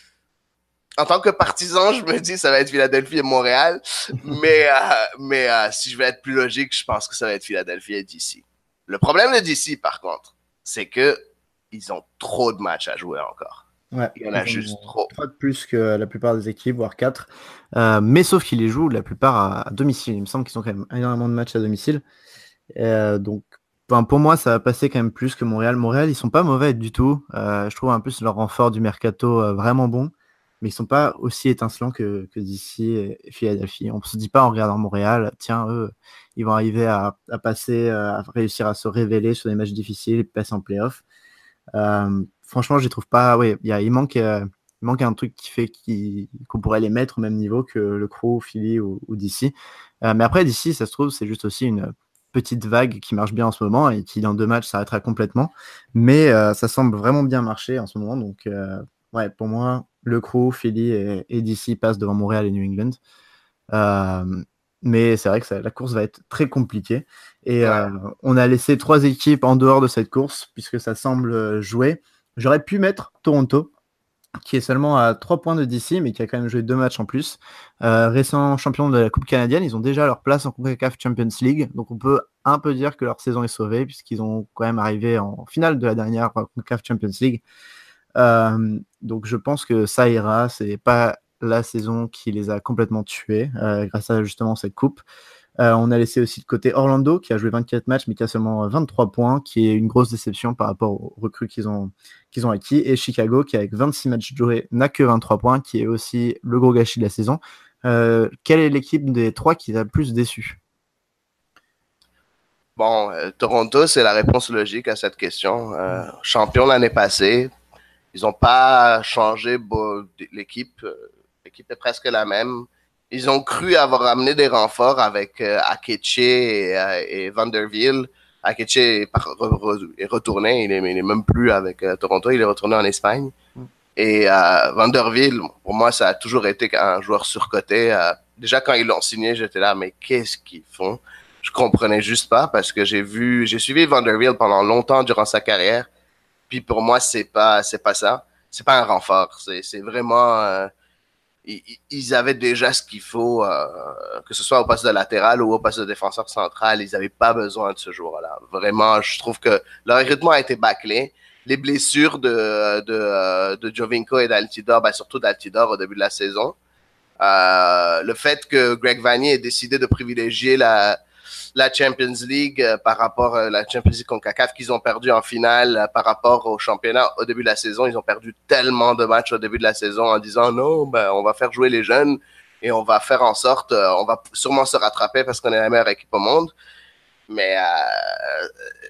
en tant que partisan, je me dis ça va être Philadelphie et Montréal. mais euh, mais euh, si je veux être plus logique, je pense que ça va être Philadelphie et D C. Le problème de D C, par contre, c'est que ils ont trop de matchs à jouer encore. Ouais, il y en a juste trop. Trois de plus que la plupart des équipes, voire quatre. Euh, mais sauf qu'ils les jouent la plupart à, à domicile. Il me semble qu'ils ont quand même énormément de matchs à domicile. Euh, donc, enfin, pour moi, ça va passer quand même plus que Montréal. Montréal, ils sont pas mauvais du tout. Euh, je trouve un peu leur renfort du mercato euh, vraiment bon. Mais ils sont pas aussi étincelants que, que D C et Philadelphie. On se dit pas en regardant Montréal, tiens, eux, ils vont arriver à, à passer, à réussir à se révéler sur des matchs difficiles et passer en playoff. Euh, franchement, je les trouve pas. Oui, il, il, manque, euh, il manque un truc qui fait qu qu'on pourrait les mettre au même niveau que le Crew, Philly ou, ou D C. Euh, mais après, D C, ça se trouve, c'est juste aussi une petite vague qui marche bien en ce moment et qui, dans deux matchs, s'arrêtera complètement. Mais euh, ça semble vraiment bien marcher en ce moment. Donc, euh, ouais, pour moi, le Crew, Philly et, et D C passent devant Montréal et New England. Euh, mais c'est vrai que ça, la course va être très compliquée. Et ouais. euh, on a laissé trois équipes en dehors de cette course, puisque ça semble jouer. J'aurais pu mettre Toronto, qui est seulement à trois points de D C, mais qui a quand même joué deux matchs en plus. Euh, récent champion de la Coupe canadienne, ils ont déjà leur place en CONCACAF Champions League. Donc on peut un peu dire que leur saison est sauvée, puisqu'ils ont quand même arrivé en finale de la dernière CONCACAF Champions League. Euh, donc je pense que ça ira. C'est pas la saison qui les a complètement tués euh, grâce à justement cette coupe. Euh, on a laissé aussi de côté Orlando qui a joué vingt-quatre matchs mais qui a seulement vingt-trois points, qui est une grosse déception par rapport aux recrues qu'ils ont, qu'ils ont acquis, et Chicago qui avec vingt-six matchs joués n'a que vingt-trois points, qui est aussi le gros gâchis de la saison. Euh, quelle est l'équipe des trois qui t'a le plus déçu? Bon, euh, Toronto, c'est la réponse logique à cette question. Euh, champion l'année passée, ils n'ont pas changé bon, l'équipe. L'équipe est presque la même. Ils ont cru avoir amené des renforts avec euh, Akeche et, euh, et Vanderbilt. Akeche est, par, re, re, est retourné, il est, il est même plus avec euh, Toronto, il est retourné en Espagne. Mm. Et euh, Vanderbilt, pour moi, ça a toujours été un joueur surcoté. Euh, déjà, quand ils l'ont signé, j'étais là, mais qu'est-ce qu'ils font? Je comprenais juste pas parce que j'ai vu, j'ai suivi Vanderbilt pendant longtemps durant sa carrière. Puis pour moi, c'est pas, c'est pas ça. C'est pas un renfort. C'est, c'est vraiment... Euh, ils avaient déjà ce qu'il faut, euh, que ce soit au poste de latéral ou au poste de défenseur central. Ils n'avaient pas besoin de ce joueur-là. Vraiment, je trouve que leur recrutement a été bâclé. Les blessures de, de, de Giovinco et d'Altidor, ben surtout d'Altidor au début de la saison. Euh, le fait que Greg Vanney ait décidé de privilégier la, la Champions League euh, par rapport à la Champions League CONCACAF qu'ils ont perdu en finale euh, par rapport au championnat au début de la saison. Ils ont perdu tellement de matchs au début de la saison en disant non, ben, on va faire jouer les jeunes et on va faire en sorte, euh, on va sûrement se rattraper parce qu'on est la meilleure équipe au monde. Mais euh,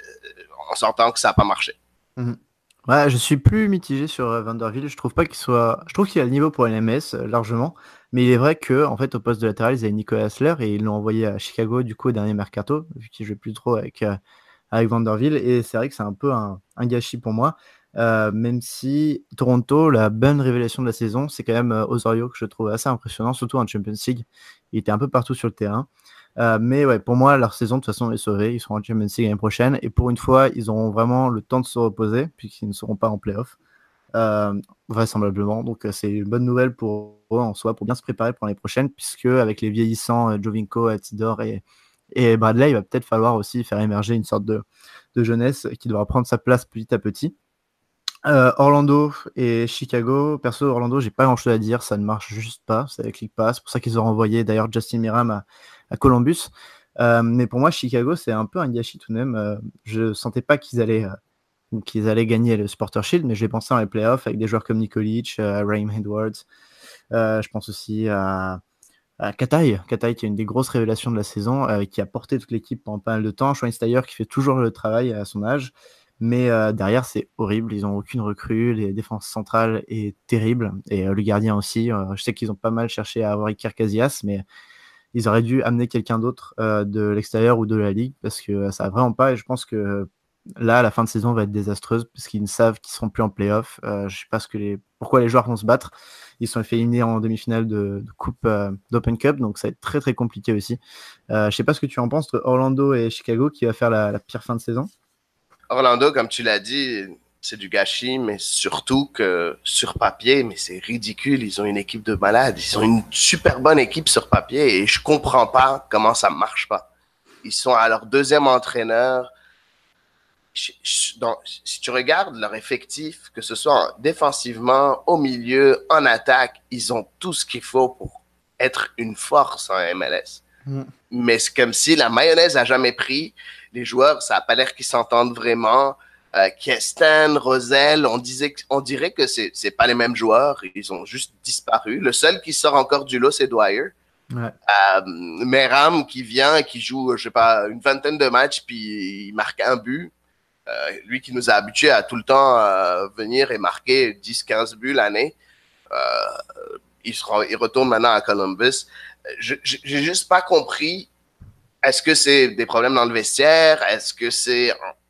on s'entend que ça n'a pas marché. Mmh. Ouais, je suis plus mitigé sur euh, Vanderbilt. Je trouve pas qu'il soit. Je trouve qu'il a le niveau pour L M S euh, largement, mais il est vrai que en fait au poste de latéral ils avaient Nicolas Hassler et ils l'ont envoyé à Chicago du coup au dernier mercato vu qu'il joue plus trop avec euh, avec Vanderbilt, et c'est vrai que c'est un peu un, un gâchis pour moi. Euh, même si Toronto, la bonne révélation de la saison, c'est quand même euh, Osorio que je trouve assez impressionnant, surtout en Champions League. Il était un peu partout sur le terrain. Euh, mais ouais, pour moi, leur saison de toute façon est sauvée. Ils seront en Champions League l'année prochaine et pour une fois, ils auront vraiment le temps de se reposer puisqu'ils ne seront pas en play-off, euh, vraisemblablement. Donc, euh, c'est une bonne nouvelle pour eux en soi, pour bien se préparer pour l'année prochaine, puisque avec les vieillissants euh, Giovinco, Altidor et, et Bradley, il va peut-être falloir aussi faire émerger une sorte de, de jeunesse qui devra prendre sa place petit à petit. Euh, Orlando et Chicago, perso Orlando, j'ai pas grand chose à dire, ça ne marche juste pas, ça ne clique pas, c'est pour ça qu'ils ont renvoyé d'ailleurs Justin Miram à, à Columbus. Euh, mais pour moi, Chicago, c'est un peu un gâchis tout de même. Euh, je sentais pas qu'ils allaient, euh, qu'ils allaient gagner le Supporter Shield, mais je l'ai pensé dans les playoffs avec des joueurs comme Nikolic, euh, Raheem Edwards. Euh, je pense aussi à, à Kataï, Kataï qui est une des grosses révélations de la saison, euh, qui a porté toute l'équipe pendant pas mal de temps. Schweinsteiger qui fait toujours le travail à son âge. Mais euh, derrière, c'est horrible. Ils n'ont aucune recrue. Les défenses centrales est terrible. Et euh, le gardien aussi. Euh, je sais qu'ils ont pas mal cherché à avoir Iker Casillas, mais ils auraient dû amener quelqu'un d'autre euh, de l'extérieur ou de la ligue parce que euh, ça va vraiment pas. Et je pense que là, la fin de saison va être désastreuse parce qu'ils savent qu'ils seront plus en play-off. Euh, je sais pas ce que les... pourquoi les joueurs vont se battre. Ils sont fait éliminer en demi-finale de, de Coupe euh, d'Open Cup, donc ça va être très très compliqué aussi. Euh, je sais pas ce que tu en penses entre Orlando et Chicago qui va faire la, la pire fin de saison. Orlando, comme tu l'as dit, c'est du gâchis, mais surtout que sur papier, mais c'est ridicule. Ils ont une équipe de malades. Ils ont une super bonne équipe sur papier et je comprends pas comment ça marche pas. Ils sont à leur deuxième entraîneur. Je, je, donc, si tu regardes leur effectif, que ce soit défensivement, au milieu, en attaque, ils ont tout ce qu'il faut pour être une force en M L S. Mm. Mais c'est comme si la mayonnaise a jamais pris. Les joueurs, ça n'a pas l'air qu'ils s'entendent vraiment. Euh, Keston, Roselle, on, disait, on dirait que c'est, c'est pas les mêmes joueurs. Ils ont juste disparu. Le seul qui sort encore du lot, c'est Dwyer. Ouais. Euh, Meram qui vient, qui joue, je sais pas, une vingtaine de matchs, puis il marque un but. Euh, lui qui nous a habitués à tout le temps euh, venir et marquer dix quinze buts l'année. Euh, il, sera, il retourne maintenant à Columbus. Je, je, j'ai juste pas compris. Est-ce que c'est des problèmes dans le vestiaire? Est-ce que c'est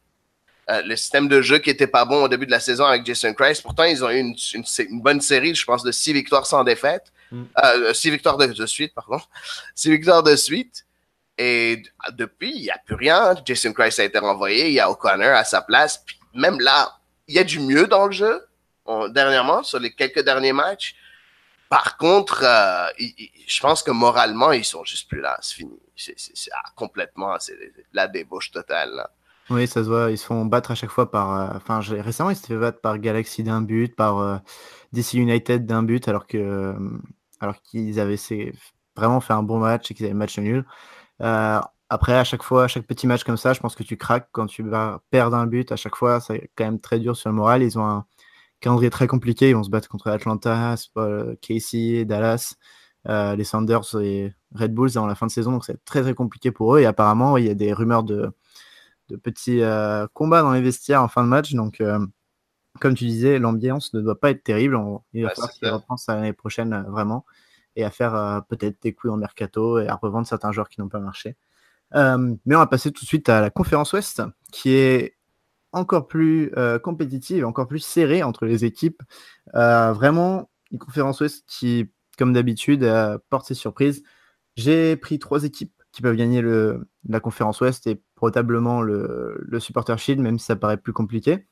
euh, le système de jeu qui était pas bon au début de la saison avec Jason Christ? Pourtant, ils ont eu une, une, une bonne série, je pense, de six victoires sans défaite. Mm. Euh, six victoires de, de suite, pardon. Six victoires de suite. Et depuis, il n'y a plus rien. Jason Christ a été renvoyé. Il y a O'Connor à sa place. Puis même là, il y a du mieux dans le jeu. On, dernièrement, sur les quelques derniers matchs. Par contre, euh, il, il, je pense que moralement, ils sont juste plus là. C'est fini. C'est, c'est, c'est ah, complètement, c'est la débauche totale. Là. Oui, ça se voit. Ils se font battre à chaque fois par. Enfin, euh, récemment, ils se fait battre par Galaxy d'un but, par euh, D C United d'un but, alors que, euh, alors qu'ils avaient c'est, vraiment fait un bon match et qu'ils avaient match nul. Euh, après, à chaque fois, à chaque petit match comme ça, je pense que tu craques quand tu vas perdre un but. À chaque fois, c'est quand même très dur sur le moral. Ils ont un calendrier très compliqué. Ils vont se battre contre Atlanta, K C, Dallas, euh, les Sounders et Red Bulls dans la fin de saison. Donc, c'est très très compliqué pour eux. Et apparemment, il y a des rumeurs de, de petits euh, combats dans les vestiaires en fin de match. Donc, euh, comme tu disais, l'ambiance ne doit pas être terrible. On, il va ouais, falloir qu'ils repensent à l'année prochaine, euh, vraiment. Et à faire euh, peut-être des coups en mercato et à revendre certains joueurs qui n'ont pas marché. Euh, mais on va passer tout de suite à la conférence Ouest, qui est encore plus euh, compétitive, encore plus serrée entre les équipes. Euh, vraiment, une conférence Ouest qui, comme d'habitude, euh, porte ses surprises. J'ai pris trois équipes qui peuvent gagner le, la conférence Ouest et probablement le, le Supporter Shield, même si ça paraît plus compliqué.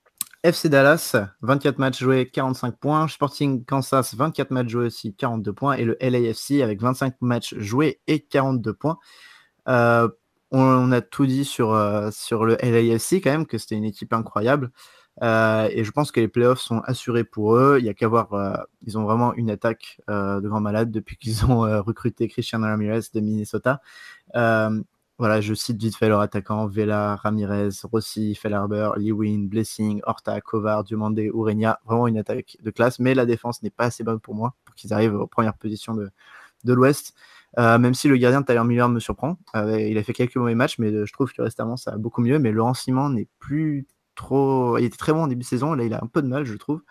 F C Dallas, vingt-quatre matchs joués, quarante-cinq points. Sporting Kansas, vingt-quatre matchs joués aussi, quarante-deux points. Et le L A F C avec vingt-cinq matchs joués et quarante-deux points. Euh, on, on a tout dit sur, euh, sur le L A F C quand même, que c'était une équipe incroyable. Euh, et je pense que les playoffs sont assurés pour eux. Il n'y a qu'à voir, euh, ils ont vraiment une attaque euh, de grands malades depuis qu'ils ont euh, recruté Christian Ramirez de Minnesota. Euh, Voilà, je cite vite fait leurs attaquants: Vela, Ramirez, Rossi, Fellerber, Lewin, Blessing, Horta, Kovar, Diomande, Ureña. Vraiment une attaque de classe, mais la défense n'est pas assez bonne pour moi pour qu'ils arrivent aux premières positions de, de l'Ouest. Euh, même si le gardien Tyler Miller me surprend. Euh, il a fait quelques mauvais matchs, mais je trouve que récemment ça va beaucoup mieux. Mais Laurent Simon n'est plus trop. Il était très bon en début de saison, là il a un peu de mal, je trouve.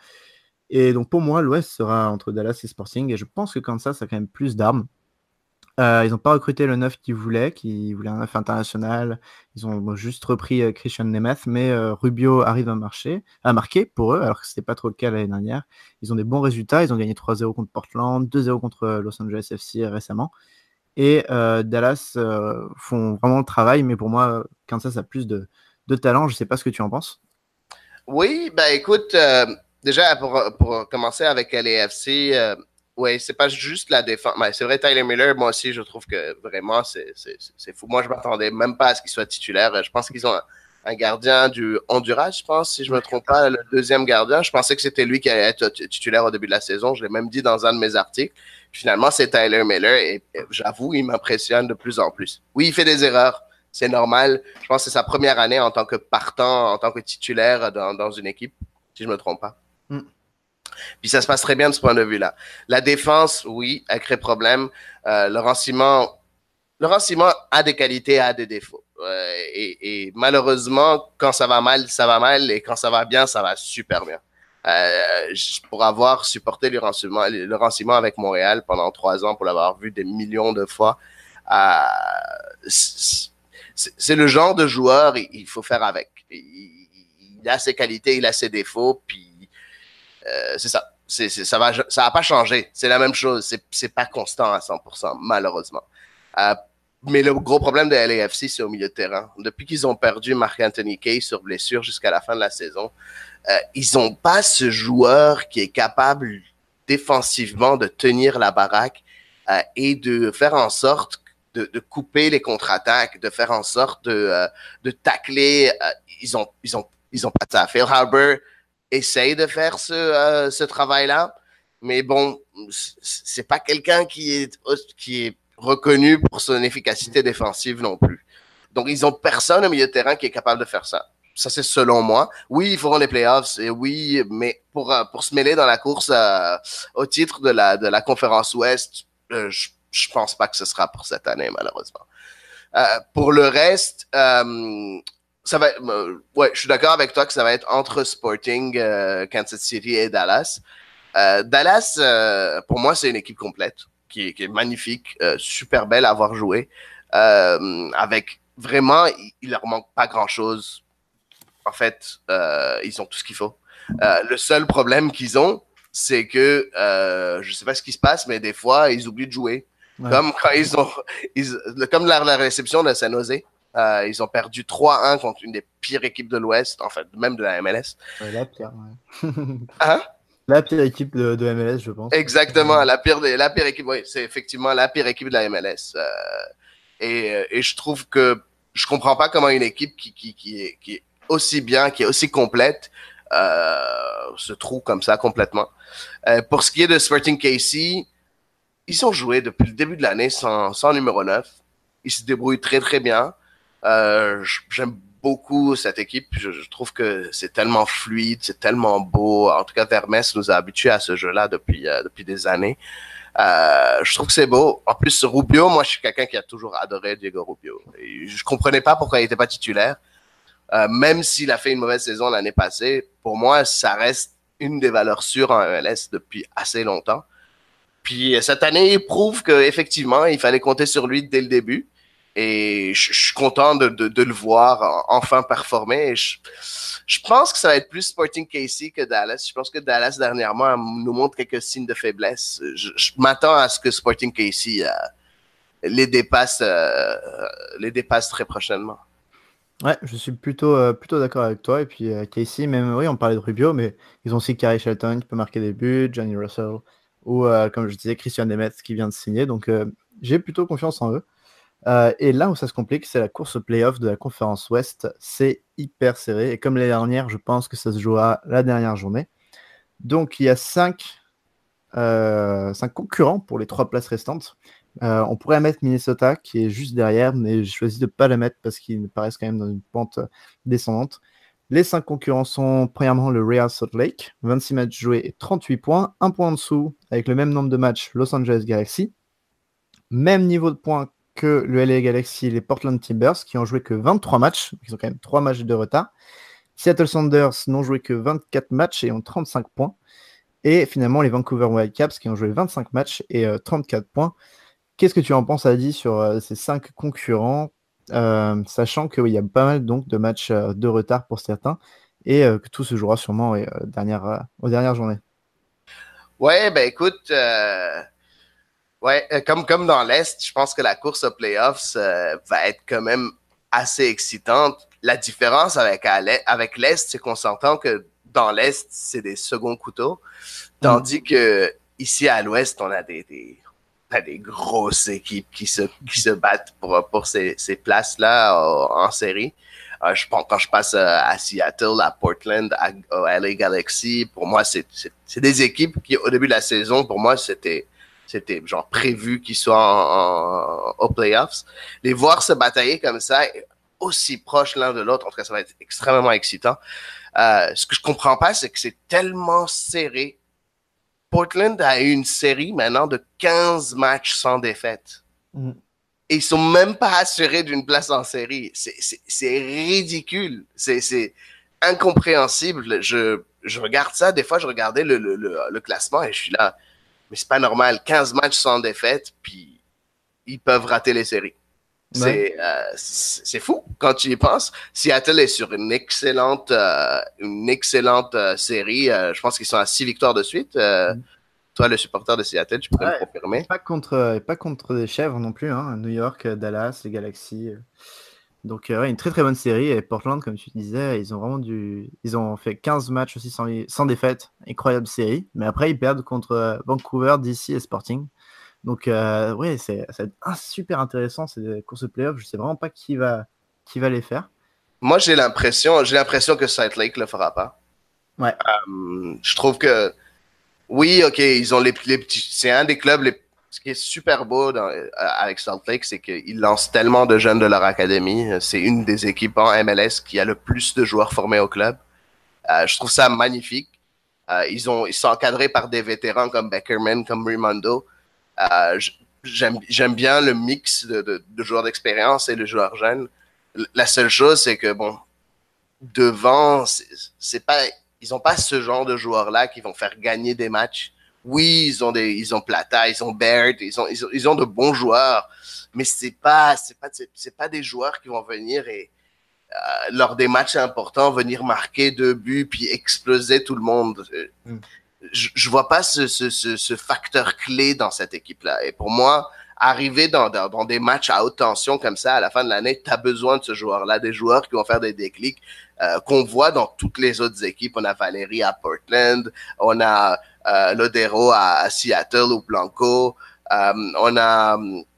Et donc pour moi, l'Ouest sera entre Dallas et Sporting, et je pense que Kansas a quand même plus d'armes. Euh, ils n'ont pas recruté le neuf qu'ils voulaient, qui voulait un neuf international. Ils ont juste repris euh, Christian Nemeth, mais euh, Rubio arrive à, marcher, à marquer pour eux, alors que ce n'était pas trop le cas l'année dernière. Ils ont des bons résultats. Ils ont gagné trois zéro contre Portland, deux zéro contre Los Angeles F C récemment. Et euh, Dallas euh, font vraiment le travail, mais pour moi, Kansas a plus de, de talent. Je ne sais pas ce que tu en penses. Oui, ben écoute, euh, déjà pour, pour commencer avec L A F C, euh, oui, c'est pas juste la défense. Ben, c'est vrai, Tyler Miller, moi aussi, je trouve que vraiment, c'est, c'est, c'est fou. Moi, je m'attendais même pas à ce qu'il soit titulaire. Je pense qu'ils ont un, un gardien du Honduras, je pense, si je me trompe pas, le deuxième gardien. Je pensais que c'était lui qui allait être titulaire au début de la saison. Je l'ai même dit dans un de mes articles. Finalement, c'est Tyler Miller et, et j'avoue, il m'impressionne de plus en plus. Oui, il fait des erreurs. C'est normal. Je pense que c'est sa première année en tant que partant, en tant que titulaire dans, dans une équipe, si je me trompe pas. Mm. Puis ça se passe très bien de ce point de vue-là. La défense, oui, elle crée problème. Euh, Laurent Simon, Laurent Simon a des qualités, a des défauts. Euh, et, et malheureusement, quand ça va mal, ça va mal, et quand ça va bien, ça va super bien. Euh, pour avoir supporté le Ranciment, le Ranciment avec Montréal pendant trois ans, pour l'avoir vu des millions de fois, euh, c'est, c'est le genre de joueur il faut faire avec. Il, il a ses qualités, il a ses défauts, puis euh, c'est ça. C'est, c'est, ça va, ça va pas changer. C'est la même chose. C'est, c'est pas constant à cent pour cent, malheureusement. Euh, mais le gros problème de L A F C, c'est au milieu de terrain. Depuis qu'ils ont perdu Marc-Anthony Kaye sur blessure jusqu'à la fin de la saison, euh, ils ont pas ce joueur qui est capable défensivement de tenir la baraque euh, et de faire en sorte de, de couper les contre-attaques, de faire en sorte de, euh, de tacler. Euh, ils ont, ils ont, ils ont pas ça. Phil Harbour essaye de faire ce, euh, ce travail-là, mais bon, c'est pas quelqu'un qui est, qui est reconnu pour son efficacité défensive non plus. Donc, ils ont personne au milieu de terrain qui est capable de faire ça. Ça, c'est selon moi. Oui, ils feront les playoffs, et oui, mais pour, euh, pour se mêler dans la course euh, au titre de la, de la conférence Ouest, euh, je, je pense pas que ce sera pour cette année, malheureusement. Euh, pour le reste, euh, ça va être, euh, ouais, je suis d'accord avec toi que ça va être entre Sporting, euh, Kansas City et Dallas. Euh, Dallas, euh, pour moi, c'est une équipe complète qui est, qui est magnifique, euh, super belle à avoir joué. Euh, avec vraiment, il, il leur manque pas grand-chose. En fait, euh, ils ont tout ce qu'il faut. Euh, le seul problème qu'ils ont, c'est que euh, je sais pas ce qui se passe, mais des fois, ils oublient de jouer. Ouais. Comme quand ils ont, ils, comme la, la réception de San Jose. Euh, ils ont perdu trois un contre une des pires équipes de l'Ouest, en fait, même de la M L S. Ouais, la pire, ouais. Hein? La pire équipe de, de M L S, je pense. Exactement, la pire, la pire équipe, oui, c'est effectivement la pire équipe de la M L S. Euh, et, et je trouve que je comprends pas comment une équipe qui, qui, qui, est, qui est aussi bien, qui est aussi complète, euh, se trouve comme ça complètement. Euh, pour ce qui est de Sporting K C, ils ont joué depuis le début de l'année sans, sans numéro neuf. Ils se débrouillent très, très bien. Euh, j'aime beaucoup cette équipe. Je, je trouve que c'est tellement fluide, c'est tellement beau. En tout cas, Vermes nous a habitués à ce jeu-là depuis, euh, depuis des années. Euh, je trouve que c'est beau. En plus, Rubio, moi, je suis quelqu'un qui a toujours adoré Diego Rubio. Et je comprenais pas pourquoi il était pas titulaire. Euh, même s'il a fait une mauvaise saison l'année passée, pour moi, ça reste une des valeurs sûres en M L S depuis assez longtemps. Puis cette année, il prouve qu'effectivement, il fallait compter sur lui dès le début. Et je, je suis content de, de, de le voir enfin performer. Et je, je pense que ça va être plus Sporting K C que Dallas. Je pense que Dallas, dernièrement, nous montre quelques signes de faiblesse. Je, je m'attends à ce que Sporting K C euh, les, dépasse, euh, les dépasse très prochainement. Ouais, je suis plutôt, euh, plutôt d'accord avec toi. Et puis euh, K C, même, oui, on parlait de Rubio, mais ils ont aussi Carey Shelton qui peut marquer des buts, Johnny Russell, ou euh, comme je disais, Christian Demetz qui vient de signer. Donc euh, j'ai plutôt confiance en eux. Euh, et là où ça se complique, c'est la course au play-off de la conférence Ouest. C'est hyper serré. Et comme l'année dernière, je pense que ça se jouera la dernière journée. Donc il y a cinq, euh, cinq concurrents pour les trois places restantes. Euh, on pourrait mettre Minnesota qui est juste derrière, mais j'ai choisi de ne pas la mettre parce qu'ils me paraissent quand même dans une pente descendante. Les cinq concurrents sont premièrement le Real Salt Lake, vingt-six matchs joués et trente-huit points. Un point en dessous, avec le même nombre de matchs, Los Angeles Galaxy. Même niveau de points que le L A Galaxy et les Portland Timbers, qui ont joué que vingt-trois matchs, ils ont quand même trois matchs de retard. Seattle Sounders n'ont joué que vingt-quatre matchs et ont trente-cinq points. Et finalement, les Vancouver Whitecaps, qui ont joué vingt-cinq matchs et euh, trente-quatre points. Qu'est-ce que tu en penses, Adi, sur euh, ces cinq concurrents, euh, sachant qu'il oui, y a pas mal donc, de matchs euh, de retard pour certains, et euh, que tout se jouera sûrement euh, dernière, euh, aux dernières journées? Ouais, ben écoute... Euh... Ouais, comme, comme dans l'Est, je pense que la course aux playoffs euh, va être quand même assez excitante. La différence avec, avec l'Est, c'est qu'on s'entend que dans l'Est, c'est des seconds couteaux, tandis que ici à l'Ouest, on a des, des, on a des grosses équipes qui se, qui se battent pour, pour ces, ces places-là en, en série. Euh, je pense, quand je passe à Seattle, à Portland, à, au L A Galaxy, pour moi, c'est, c'est, c'est des équipes qui, au début de la saison, pour moi, c'était... C'était genre prévu qu'ils soient en, en, aux playoffs. Les voir se batailler comme ça, aussi proches l'un de l'autre, en tout cas, ça va être extrêmement excitant. Euh, ce que je comprends pas, c'est que c'est tellement serré. Portland a eu une série maintenant de quinze matchs sans défaite. Mm. et ils sont même pas assurés d'une place en série. C'est, c'est, c'est ridicule. C'est, c'est incompréhensible. Je, je regarde ça. Des fois, je regardais le, le, le, le classement et je suis là. Mais c'est pas normal. quinze matchs sans défaite, puis ils peuvent rater les séries. Ouais. C'est, euh, c'est, c'est fou quand tu y penses. Seattle est sur une excellente, euh, une excellente euh, série. Euh, je pense qu'ils sont à six victoires de suite. Euh, mm. Toi, le supporter de Seattle, tu pourrais ouais, me confirmer. Pas contre, pas contre des chèvres non plus. Hein. New York, Dallas, les Galaxies. Donc, euh, ouais, une très très bonne série. Et Portland, comme tu disais, ils ont vraiment du. Ils ont fait quinze matchs aussi sans, sans défaite. Incroyable série. Mais après, ils perdent contre Vancouver, D C et Sporting. Donc, euh, ouais, c'est, c'est super intéressant ces courses de playoffs. Je sais vraiment pas qui va, qui va les faire. Moi, j'ai l'impression, j'ai l'impression que Salt Lake le fera pas. Ouais. Euh, je trouve que. Oui, ok, ils ont les, les petits. C'est un des clubs. Les, ce qui est super beau dans, avec Salt Lake, c'est qu'ils lancent tellement de jeunes de leur académie. C'est une des équipes en M L S qui a le plus de joueurs formés au club. Euh, je trouve ça magnifique. Euh, ils, ont, ils sont encadrés par des vétérans comme Beckerman, comme Rimondo. Euh, j'aime, j'aime bien le mix de, de, de joueurs d'expérience et de joueurs jeunes. La seule chose, c'est que, bon, devant, c'est, c'est pas. Ils n'ont pas ce genre de joueurs-là qui vont faire gagner des matchs. Oui, ils ont des, ils ont Plata, ils ont Baird, ils ont, ils ont, ils ont de bons joueurs, mais c'est pas, c'est pas, c'est, c'est pas des joueurs qui vont venir et euh, lors des matchs importants venir marquer deux buts puis exploser tout le monde. Mm. Je, je vois pas ce, ce, ce, ce facteur clé dans cette équipe-là. Et pour moi, arriver dans, dans, dans des matchs à haute tension comme ça à la fin de l'année, tu as besoin de ce joueur-là, des joueurs qui vont faire des déclics euh, qu'on voit dans toutes les autres équipes. On a Valérie à Portland, on a euh, Lodero à, à Seattle ou Blanco, euh, on a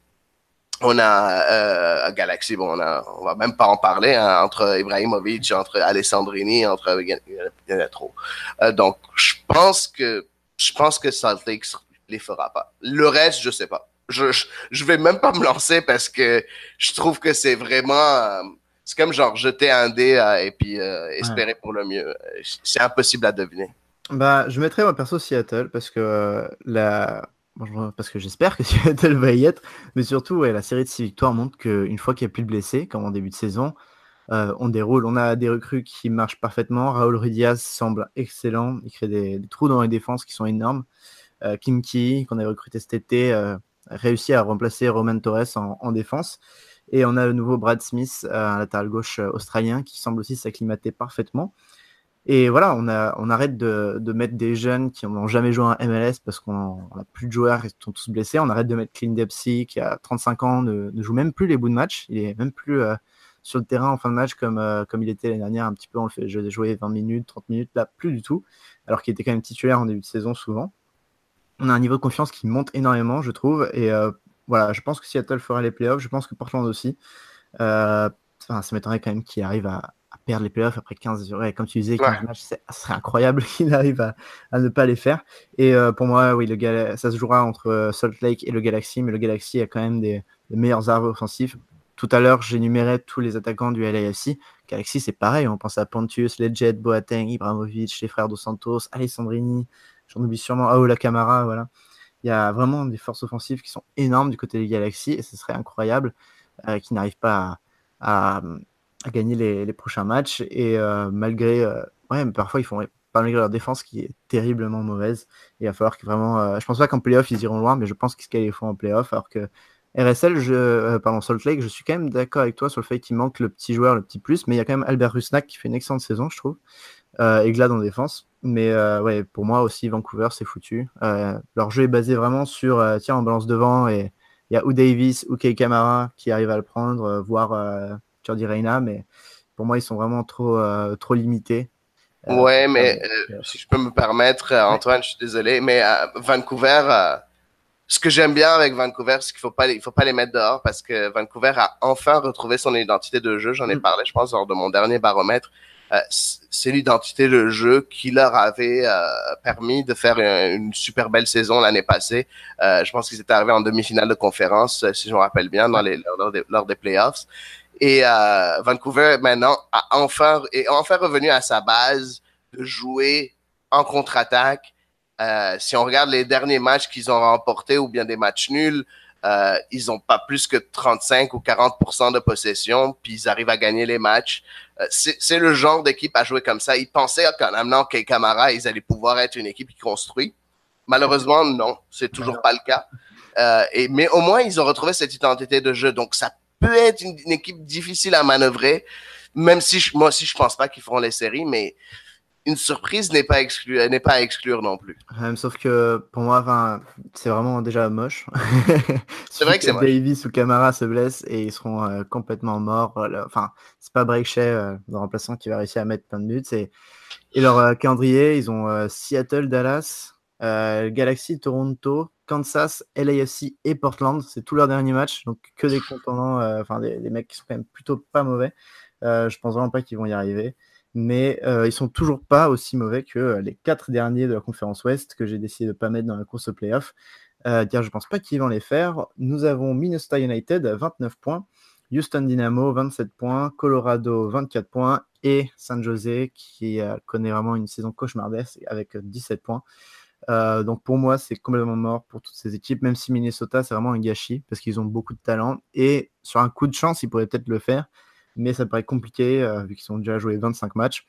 on a euh, à Galaxy, bon, on a, on va même pas en parler, hein, entre Ibrahimovic, entre Alessandrini, entre il y en a trop. Euh, donc, je pense que je pense que Salt Lake les fera pas. Le reste, je sais pas. Je, je, je vais même pas me lancer parce que je trouve que c'est vraiment, euh, c'est comme genre jeter un dé euh, et puis euh, espérer ouais. pour le mieux. C'est impossible à deviner. Bah, je mettrais moi perso Seattle parce que euh, la, bon, parce que j'espère que Seattle va y être, mais surtout ouais, la série de six victoires montre qu'une fois qu'il n'y a plus de blessés, comme en début de saison, euh, on déroule. On a des recrues qui marchent parfaitement. Raúl Ruiz semble excellent. Il crée des, des trous dans les défenses qui sont énormes. Euh, Kim Key, qu'on a recruté cet été. Euh, réussi à remplacer Roman Torres en, en défense. Et on a le nouveau Brad Smith, euh, un latéral gauche euh, australien, qui semble aussi s'acclimater parfaitement. Et voilà, on, a, on arrête de, de mettre des jeunes qui n'ont jamais joué en M L S parce qu'on n'a plus de joueurs, ils sont tous blessés. On arrête de mettre Clint Dempsey, qui a trente-cinq ans, ne, ne joue même plus les bouts de match. Il est même plus euh, sur le terrain en fin de match comme, euh, comme il était l'année dernière. Un petit peu, on le fait jouer vingt minutes, trente minutes, là, plus du tout. Alors qu'il était quand même titulaire en début de saison souvent. On a un niveau de confiance qui monte énormément, je trouve. Et euh, voilà, je pense que Seattle fera les playoffs. Je pense que Portland aussi. Euh, enfin, ça m'étonnerait quand même qu'il arrive à, à perdre les playoffs après quinze. Ouais, comme tu disais, quinze ouais. matchs, c'est, ce serait incroyable qu'il arrive à, à ne pas les faire. Et euh, pour moi, oui, le Gal- ça se jouera entre Salt Lake et le Galaxy. Mais le Galaxy a quand même des, des meilleurs arbres offensifs. Tout à l'heure, j'énumérais tous les attaquants du L A F C. Galaxy, c'est pareil. On pense à Pontius, Ledjet, Boateng, Ibrahimovic, les frères Dos Santos, Alessandrini. J'en oublie sûrement Aola Camara, voilà. Il y a vraiment des forces offensives qui sont énormes du côté des Galaxies et ce serait incroyable euh, qu'ils n'arrivent pas à, à, à gagner les, les prochains matchs. Et euh, malgré, euh, ouais, mais parfois ils font, malgré leur défense qui est terriblement mauvaise, il va falloir que vraiment, euh, je pense pas qu'en playoff ils iront loin, mais je pense qu'ils se qualifieront en playoff. Alors que R S L, je, euh, pardon, Salt Lake, je suis quand même d'accord avec toi sur le fait qu'il manque le petit joueur, le petit plus, mais il y a quand même Albert Rusnak qui fait une excellente saison, je trouve. Euh, et Glad en défense, mais euh, ouais, pour moi aussi Vancouver c'est foutu. Euh, leur jeu est basé vraiment sur euh, tiens on balance devant et il y a ou Davis ou Kei Kamara qui arrive à le prendre, euh, voire euh, Jordi Reyna, mais pour moi ils sont vraiment trop euh, trop limités. Euh, ouais, mais euh, si je peux me permettre, Antoine, ouais. Je suis désolé, mais euh, Vancouver, euh, ce que j'aime bien avec Vancouver, c'est qu'il faut pas il faut pas les mettre dehors parce que Vancouver a enfin retrouvé son identité de jeu. J'en ai mm. parlé, je pense, lors de mon dernier baromètre. Euh, c'est l'identité de jeu qui leur avait euh, permis de faire une, une super belle saison l'année passée. Euh, je pense qu'ils étaient arrivés en demi-finale de conférence, si je me rappelle bien, dans les, lors, des, lors des playoffs. Et euh, Vancouver, maintenant, a enfin, est enfin revenu à sa base de jouer en contre-attaque. Euh, si on regarde les derniers matchs qu'ils ont remportés ou bien des matchs nuls, Euh, ils n'ont pas plus que trente-cinq ou quarante pour cent de possession, puis ils arrivent à gagner les matchs. Euh, c'est, c'est le genre d'équipe à jouer comme ça. Ils pensaient qu'en amenant Kei Kamara, ils allaient pouvoir être une équipe qui construit. Malheureusement, non, c'est toujours pas le cas. Euh, et, mais au moins, ils ont retrouvé cette identité de jeu. Donc, ça peut être une, une équipe difficile à manœuvrer, même si je, moi aussi, je pense pas qu'ils feront les séries, mais une surprise n'est pas exclue, n'est pas à exclure non plus. Euh, sauf que pour moi, enfin, c'est vraiment déjà moche. C'est vrai que c'est moche. Davis ou Camara se blessent et ils seront euh, complètement morts. Voilà. Enfin, c'est pas Break Shea, euh, le remplaçant, qui va réussir à mettre plein de buts. Et, et leur euh, calendrier, ils ont euh, Seattle, Dallas, euh, Galaxy, Toronto, Kansas, L A F C et Portland. C'est tous leurs derniers matchs. Donc que des contendants, enfin euh, des, des mecs qui sont quand même plutôt pas mauvais. Euh, je pense vraiment pas qu'ils vont y arriver. Mais euh, ils sont toujours pas aussi mauvais que euh, les quatre derniers de la conférence Ouest que j'ai décidé de pas mettre dans la course au playoff. Euh, car je pense pas qu'ils vont les faire. Nous avons Minnesota United vingt-neuf points, Houston Dynamo vingt-sept points, Colorado vingt-quatre points et San Jose qui euh, connaît vraiment une saison cauchemardesque avec dix-sept points. Euh, donc pour moi c'est complètement mort pour toutes ces équipes, même si Minnesota c'est vraiment un gâchis parce qu'ils ont beaucoup de talent et sur un coup de chance ils pourraient peut-être le faire. Mais ça paraît compliqué euh, vu qu'ils ont déjà joué vingt-cinq matchs.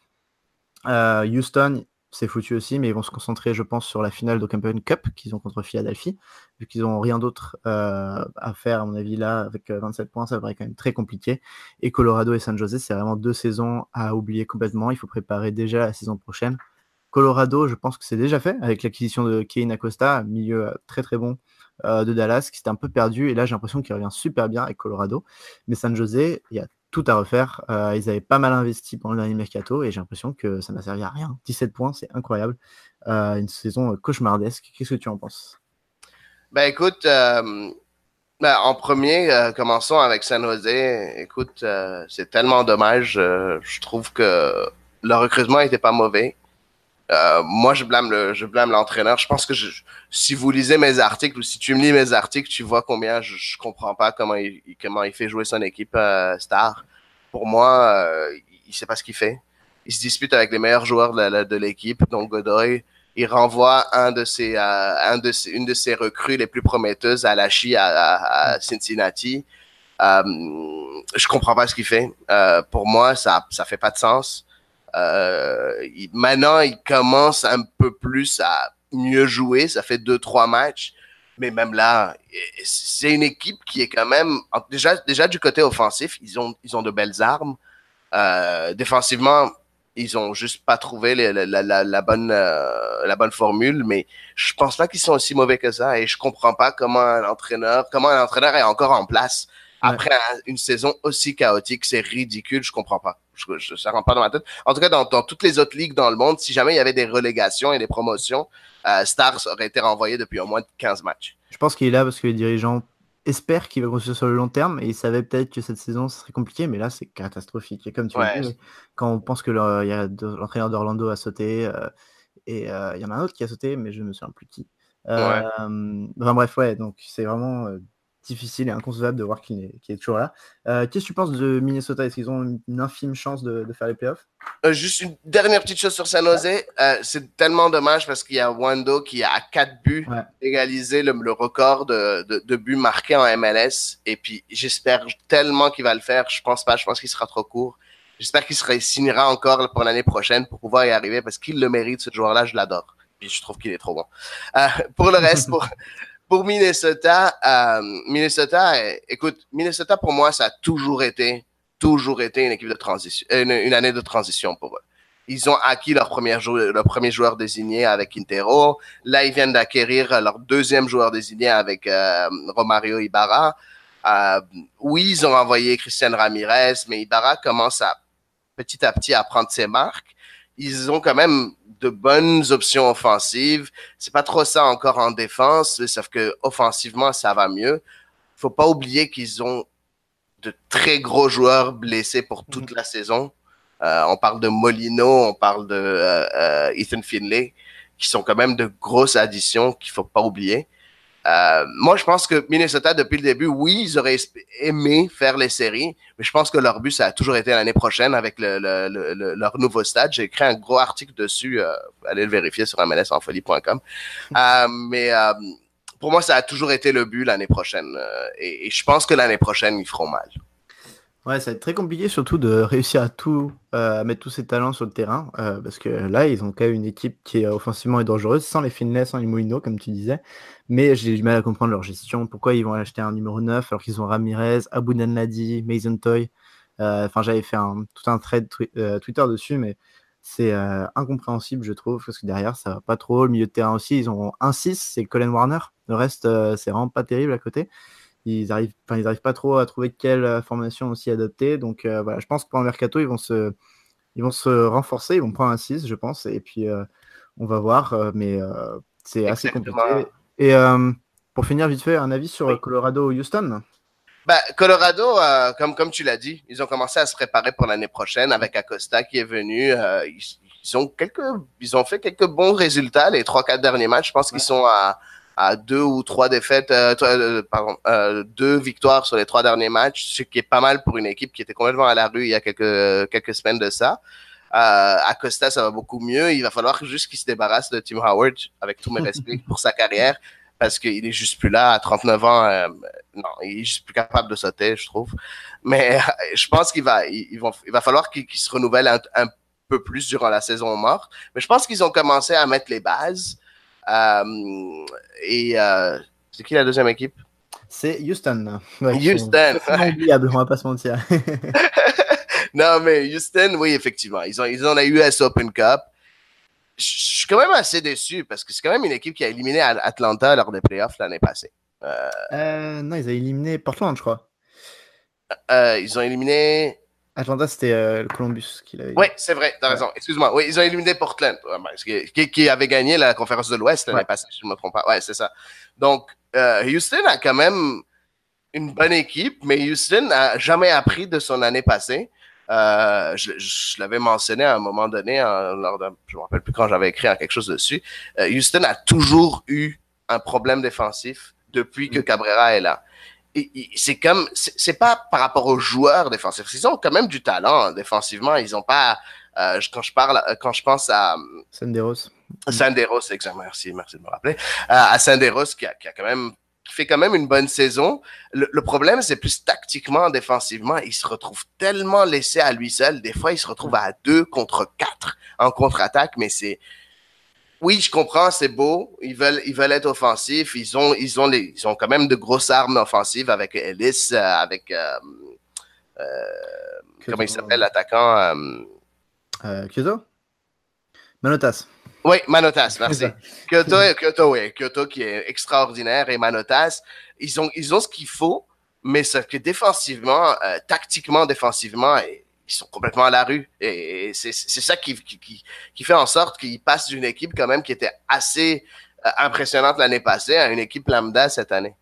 Euh, Houston, c'est foutu aussi, mais ils vont se concentrer, je pense, sur la finale d'Open Cup qu'ils ont contre Philadelphie, vu qu'ils n'ont rien d'autre euh, à faire, à mon avis, là, avec euh, vingt-sept points, ça paraît quand même très compliqué. Et Colorado et San Jose, c'est vraiment deux saisons à oublier complètement. Il faut préparer déjà la saison prochaine. Colorado, je pense que c'est déjà fait, avec l'acquisition de Kane Acosta, un milieu euh, très très bon euh, de Dallas, qui s'était un peu perdu, et là j'ai l'impression qu'il revient super bien avec Colorado. Mais San Jose, il y a tout à refaire. Euh, ils avaient pas mal investi pendant le dernier mercato et j'ai l'impression que ça n'a servi à rien. dix-sept points, c'est incroyable. Euh, une saison cauchemardesque. Qu'est-ce que tu en penses? Ben écoute, euh, ben, en premier, euh, commençons avec San Jose. Écoute, euh, c'est tellement dommage. Euh, je trouve que le recrutement était pas mauvais. Euh, moi, je blâme le, je blâme l'entraîneur. Je pense que je, si vous lisez mes articles ou si tu me lis mes articles, tu vois combien je, je comprends pas comment il, comment il fait jouer son équipe euh, star. Pour moi, euh, il sait pas ce qu'il fait. Il se dispute avec les meilleurs joueurs de, de l'équipe, donc Godoy. Il renvoie un de ses, euh, un de ses, une de ses recrues les plus prometteuses à Lachi à, à, à Cincinnati. Euh, je comprends pas ce qu'il fait. Euh, pour moi, ça, ça fait pas de sens. Euh, il, maintenant, il commence un peu plus à mieux jouer. Ça fait deux, trois matchs. Mais même là, c'est une équipe qui est quand même... Déjà, déjà du côté offensif, ils ont, ils ont de belles armes. Euh, défensivement, ils ont juste pas trouvé les, la, la, la, bonne, euh, la bonne formule. Mais je pense pas qu'ils sont aussi mauvais que ça. Et je comprends pas comment un entraîneur, comment un entraîneur est encore en place après ouais. une saison aussi chaotique. C'est ridicule, je comprends pas. Je, je, ça rentre pas dans ma tête. En tout cas, dans, dans toutes les autres ligues dans le monde, si jamais il y avait des relégations et des promotions, euh, Stars aurait été renvoyé depuis au moins quinze matchs. Je pense qu'il est là parce que les dirigeants espèrent qu'il va construire sur le long terme et ils savaient peut-être que cette saison ce serait compliqué, mais là c'est catastrophique. Et comme tu ouais. l'as dit, quand on pense que le, y a de, l'entraîneur d'Orlando a sauté euh, et il euh, y en a un autre qui a sauté, mais je me souviens plus qui. Euh, ouais. Enfin bref, ouais, donc c'est vraiment euh, difficile et inconcevable de voir qu'il est, qu'il est toujours là. Euh, qu'est-ce que tu penses de Minnesota? Est-ce qu'ils ont une infime chance de, de faire les playoffs? Euh, juste une dernière petite chose sur San Jose. Euh, c'est tellement dommage parce qu'il y a Wando qui a à quatre buts ouais. égalisé le, le record de, de, de buts marqués en M L S. Et puis j'espère tellement qu'il va le faire. Je pense pas, je pense qu'il sera trop court. J'espère qu'il sera, il signera encore pour l'année prochaine pour pouvoir y arriver parce qu'il le mérite, ce joueur-là, je l'adore. Puis je trouve qu'il est trop bon. Euh, pour le reste, pour... Pour Minnesota, euh, Minnesota, euh, écoute, Minnesota pour moi, ça a toujours été, toujours été une équipe de transition, une, une année de transition pour eux. Ils ont acquis leur premier joueur, leur premier joueur désigné avec Quintero. Là, ils viennent d'acquérir leur deuxième joueur désigné avec euh, Romario Ibarra. Euh, oui, ils ont envoyé Christian Ramirez, mais Ibarra commence à petit à petit à prendre ses marques. Ils ont quand même de bonnes options offensives. C'est pas trop ça encore en défense, sauf que offensivement, ça va mieux. Faut pas oublier qu'ils ont de très gros joueurs blessés pour toute la saison. Euh, on parle de Molino, on parle de euh, euh, Ethan Finlay, qui sont quand même de grosses additions qu'il faut pas oublier. Euh, moi, je pense que Minnesota, depuis le début, oui, ils auraient aimé faire les séries, mais je pense que leur but, ça a toujours été l'année prochaine avec le, le, le, le, leur nouveau stade. J'ai écrit un gros article dessus, euh, allez le vérifier sur M L S en folie point com. Euh, mais euh, pour moi, ça a toujours été le but l'année prochaine. Euh, et, et je pense que l'année prochaine, ils feront mal. Ouais, ça va être très compliqué surtout de réussir à tout euh, à mettre tous ces talents sur le terrain euh, parce que là ils ont quand même une équipe qui est offensivement et dangereuse sans les Finlay, sans les Moulineaux comme tu disais, mais j'ai du mal à comprendre leur gestion, pourquoi ils vont acheter un numéro neuf alors qu'ils ont Ramirez, Abou Danladi, Mason Toy. Enfin euh, j'avais fait un, tout un thread twi- euh, Twitter dessus, mais c'est euh, incompréhensible je trouve parce que derrière ça va pas trop, le milieu de terrain aussi ils ont un six, c'est Colin Warner, le reste euh, c'est vraiment pas terrible à côté. Ils arrivent, enfin, ils arrivent pas trop à trouver quelle euh, formation aussi adopter. Donc euh, voilà, je pense que pour un mercato, ils vont se, ils vont se renforcer, ils vont prendre un six, je pense. Et puis euh, on va voir, euh, mais euh, c'est assez Exactement. compliqué. Et euh, pour finir vite fait, un avis sur Oui. Colorado Houston. Ben, Colorado, euh, comme, comme tu l'as dit, ils ont commencé à se préparer pour l'année prochaine avec Acosta qui est venu. Euh, ils, ils ont quelques, ils ont fait quelques bons résultats les trois, quatre derniers matchs. Je pense ouais. qu'ils sont à à deux ou trois défaites, euh, euh, pardon, euh, deux victoires sur les trois derniers matchs, ce qui est pas mal pour une équipe qui était complètement à la rue il y a quelques quelques semaines de ça. Euh, Acosta, ça va beaucoup mieux. Il va falloir juste qu'il se débarrasse de Tim Howard, avec tous mes respects pour sa carrière, parce qu'il est juste plus là à trente-neuf ans. Euh, non, il est juste plus capable de sauter, je trouve. Mais euh, je pense qu'il va, il, il, va, il va falloir qu'il, qu'il se renouvelle un, un peu plus durant la saison morte. Mais je pense qu'ils ont commencé à mettre les bases. Euh, et euh, c'est qui la deuxième équipe? C'est Houston. Ouais, Houston. C'est inoubliable, on va pas se mentir. Non, mais Houston, oui, effectivement. Ils ont, ils ont la U S Open Cup. Je suis quand même assez déçu parce que c'est quand même une équipe qui a éliminé Atlanta lors des playoffs l'année passée. Euh... Euh, non, ils ont éliminé Portland, je crois. Euh, ils ont éliminé... Atlanta, c'était euh, Columbus qui l'avait. Oui, c'est vrai, t'as ouais. raison. Excuse-moi. Oui, ils ont éliminé Portland, qui, qui avait gagné la conférence de l'Ouest l'année ouais. passée, si je ne me trompe pas. Ouais, c'est ça. Donc, euh, Houston a quand même une bonne équipe, mais Houston n'a jamais appris de son année passée. Euh, je, je l'avais mentionné à un moment donné, en, lors de, je ne me rappelle plus quand j'avais écrit quelque chose dessus. Euh, Houston a toujours eu un problème défensif depuis que Cabrera est là. Et, et, c'est comme, c'est, c'est pas par rapport aux joueurs défensifs. Ils ont quand même du talent hein, défensivement. Ils ont pas, euh, quand je parle, quand je pense à Senderos. Senderos, exactement. Merci, merci de me rappeler. Euh, à Senderos qui a, qui a quand même, qui fait quand même une bonne saison. Le, le problème, c'est plus tactiquement, défensivement. Il se retrouve tellement laissé à lui seul. Des fois, il se retrouve à deux contre quatre en contre-attaque, mais c'est, oui, je comprends, c'est beau. Ils veulent, ils veulent être offensifs. Ils ont, ils ont les, ils ont quand même de grosses armes offensives avec Ellis, euh, avec, euh, euh, comment il s'appelle, l'attaquant? Euh... Euh, Kyoto? Manotas. Oui, Manotas, merci. Kyoto, Kyoto, oui, Kyoto qui est extraordinaire et Manotas, ils ont, ils ont ce qu'il faut, mais ce que défensivement, euh, tactiquement, défensivement, et, ils sont complètement à la rue. Et c'est, c'est ça qui, qui, qui fait en sorte qu'ils passent d'une équipe quand même qui était assez euh, impressionnante l'année passée à une équipe lambda cette année.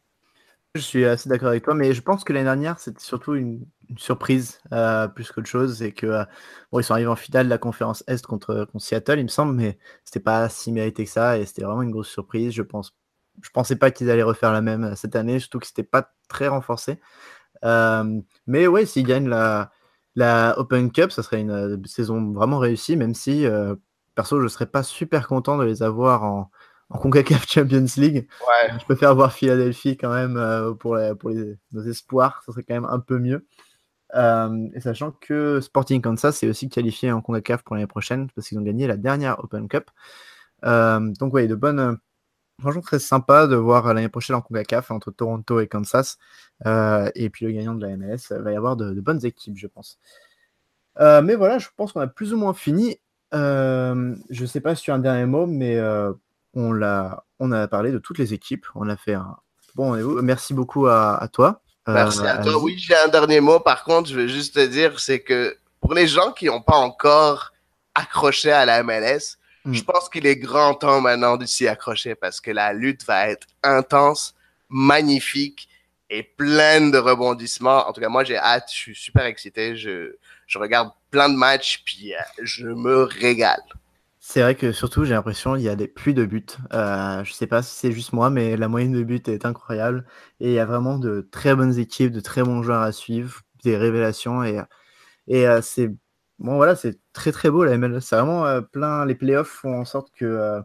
Je suis assez d'accord avec toi, mais je pense que l'année dernière, c'était surtout une, une surprise euh, plus qu'autre chose. Et que euh, bon, ils sont arrivés en finale de la conférence Est contre, contre Seattle, il me semble, mais c'était pas si mérité que ça. Et c'était vraiment une grosse surprise. Je pense, je pensais pas qu'ils allaient refaire la même cette année, surtout que c'était pas très renforcé. Euh, mais ouais, s'ils gagnent la La Open Cup, ça serait une euh, saison vraiment réussie, même si, euh, perso, je ne serais pas super content de les avoir en, en CONCACAF Champions League. Ouais. Je préfère voir Philadelphie quand même euh, pour, les, pour les, nos espoirs, ça serait quand même un peu mieux. Euh, et sachant que Sporting Kansas est aussi qualifié en CONCACAF pour l'année prochaine, parce qu'ils ont gagné la dernière Open Cup. Euh, donc oui, de bonnes... Franchement, très sympa de voir l'année prochaine en CONCACAF entre Toronto et Kansas. Euh, et puis le gagnant de la M L S. Il va y avoir de, de bonnes équipes, je pense. Euh, mais voilà, je pense qu'on a plus ou moins fini. Euh, je ne sais pas si tu as un dernier mot, mais euh, on, l'a, on a parlé de toutes les équipes. On a fait un bon rendez-vous. Merci beaucoup à, à toi. Merci euh, à toi. Oui, j'ai un dernier mot. Par contre, je veux juste te dire, c'est que pour les gens qui n'ont pas encore accroché à la M L S, Mm. je pense qu'il est grand temps maintenant de s'y accrocher parce que la lutte va être intense, magnifique et pleine de rebondissements. En tout cas, moi, j'ai hâte. Je suis super excité. Je, je regarde plein de matchs puis euh, je me régale. C'est vrai que surtout, j'ai l'impression qu'il y a des pluies de buts. Euh, je sais pas si c'est juste moi, mais la moyenne de buts est incroyable. Et il y a vraiment de très bonnes équipes, de très bons joueurs à suivre, des révélations. Et, et euh, c'est... Bon, voilà, c'est très très beau la M L S. C'est vraiment euh, plein. Les playoffs font en sorte que euh,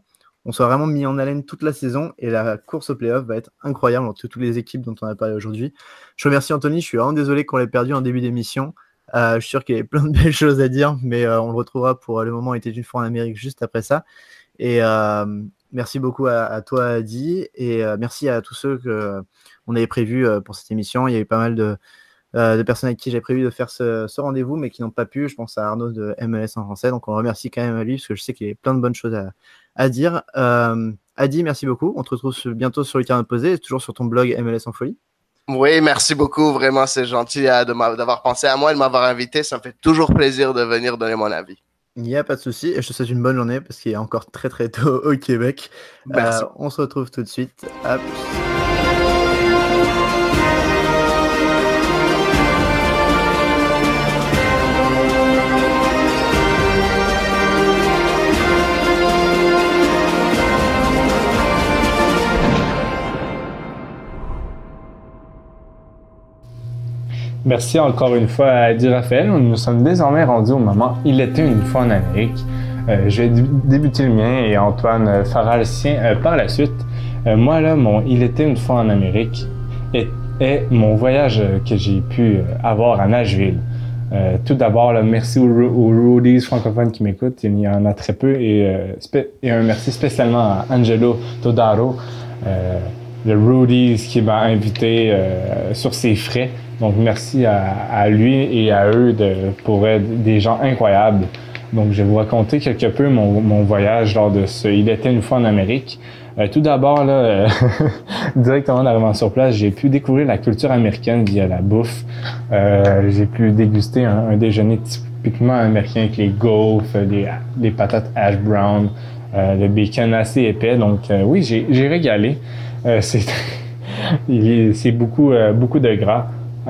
on soit vraiment mis en haleine toute la saison et la course au playoff va être incroyable entre toutes les équipes dont on a parlé aujourd'hui. Je remercie Anthony, je suis vraiment désolé qu'on l'ait perdu en début d'émission. Euh, je suis sûr qu'il y avait plein de belles choses à dire, mais euh, on le retrouvera pour Le Moment était une fois en Amérique juste après ça. Et euh, merci beaucoup à, à toi, Adi, et euh, merci à tous ceux que euh, on avait prévus euh, pour cette émission. Il y a eu pas mal de Euh, de personnes avec qui j'ai prévu de faire ce, ce rendez-vous, mais qui n'ont pas pu. Je pense à Arnaud de M L S en français, donc on le remercie quand même à lui, parce que je sais qu'il y a plein de bonnes choses à, à dire. Euh, Adi, merci beaucoup. On te retrouve bientôt sur le terrain opposé, toujours sur ton blog M L S en folie. Oui, merci beaucoup. Vraiment, c'est gentil euh, de d'avoir pensé à moi et de m'avoir invité. Ça me fait toujours plaisir de venir donner mon avis. Il n'y a pas de souci, et je te souhaite une bonne journée, parce qu'il est encore très très tôt au Québec. Merci. Euh, on se retrouve tout de suite. À plus. Merci encore une fois à Adi Raphaël. Nous sommes désormais rendus au moment Il était une fois en Amérique. Euh, je vais débuter le mien et Antoine fera le sien euh, par la suite. Euh, moi, là, mon Il était une fois en Amérique est, est mon voyage que j'ai pu avoir à Nashville. Euh, tout d'abord, là, merci aux, aux Rudies francophones qui m'écoutent. Il y en a très peu. Et, euh, spé- et un merci spécialement à Angelo Todaro, euh, le Rudies qui m'a invité euh, sur ses frais. Donc, merci à, à lui et à eux de, pour être des gens incroyables. Donc, je vais vous raconter quelque peu mon, mon voyage lors de ce Il était une fois en Amérique. Euh, tout d'abord, là, euh, directement en arrivant sur place, j'ai pu découvrir la culture américaine via la bouffe. Euh, j'ai pu déguster un, un déjeuner typiquement américain avec les gaufres, les, les patates hash brown, euh, le bacon assez épais. Donc, euh, oui, j'ai, j'ai régalé. Euh, c'est, c'est beaucoup, euh, beaucoup de gras.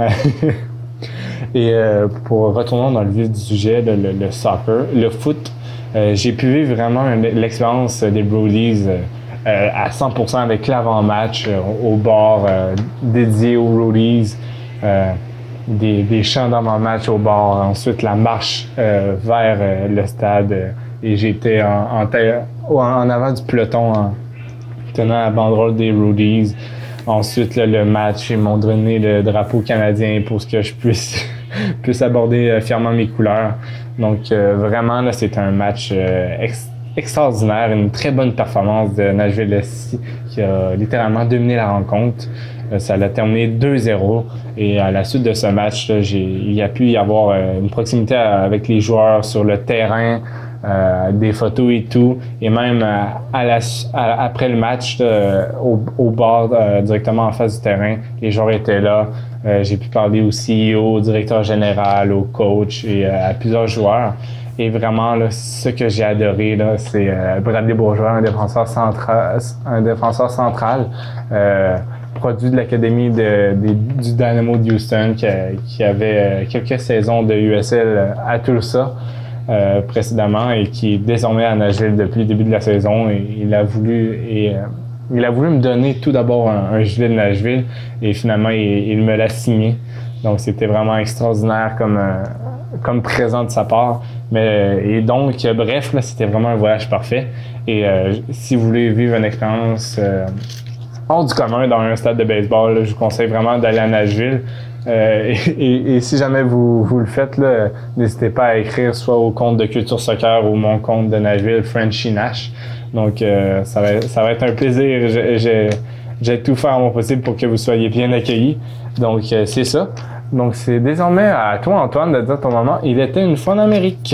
Et euh, pour retourner dans le vif du sujet, le, le, le soccer, le foot, euh, j'ai pu vivre vraiment l'expérience des Brodies euh, à cent pour cent avec l'avant-match euh, au bar euh, dédié aux Brodies, euh, des, des chants d'avant-match au bar, ensuite la marche euh, vers euh, le stade euh, et j'étais en, en, ta- en avant du peloton en tenant la banderole des Brodies. Ensuite, là, le match, ils m'ont donné le drapeau canadien pour que je puisse, puisse aborder euh, fièrement mes couleurs. Donc, euh, vraiment, là, c'était un match euh, ex- extraordinaire, une très bonne performance de Nashville S C qui a littéralement dominé la rencontre. Euh, ça l'a terminé deux zéro et à la suite de ce match, là, j'ai, il y a pu y avoir euh, une proximité avec les joueurs sur le terrain, Euh, des photos et tout, et même euh, à la, à, après le match euh, au, au bar euh, directement en face du terrain, les joueurs étaient là. Euh, j'ai pu parler au C E O, au directeur général, au coach et euh, à plusieurs joueurs. Et vraiment, là, ce que j'ai adoré, là, c'est euh, Bradley Bourgeois, un défenseur central, un défenseur central euh, produit de l'académie de, de, du Dynamo de Houston, qui, qui avait quelques saisons de U S L à Tulsa. Euh, précédemment et qui est désormais à Nashville depuis le début de la saison et il a voulu et euh, il a voulu me donner tout d'abord un, un gilet de Nashville et finalement il, il me l'a signé. Donc c'était vraiment extraordinaire comme euh, comme présent de sa part. Mais et donc bref là c'était vraiment un voyage parfait et euh, si vous voulez vivre une expérience euh, hors du commun dans un stade de baseball, là, je vous conseille vraiment d'aller à Nashville. Euh, et, et, et si jamais vous, vous le faites, là, n'hésitez pas à écrire soit au compte de Culture Soccer ou mon compte de Nashville, Frenchy Nash. Donc, euh, ça, va, ça va être un plaisir. Je, je, je vais tout faire à mon possible pour que vous soyez bien accueillis. Donc, euh, c'est ça. Donc, c'est désormais à toi, Antoine, de dire ton moment. Il était une fois en Amérique.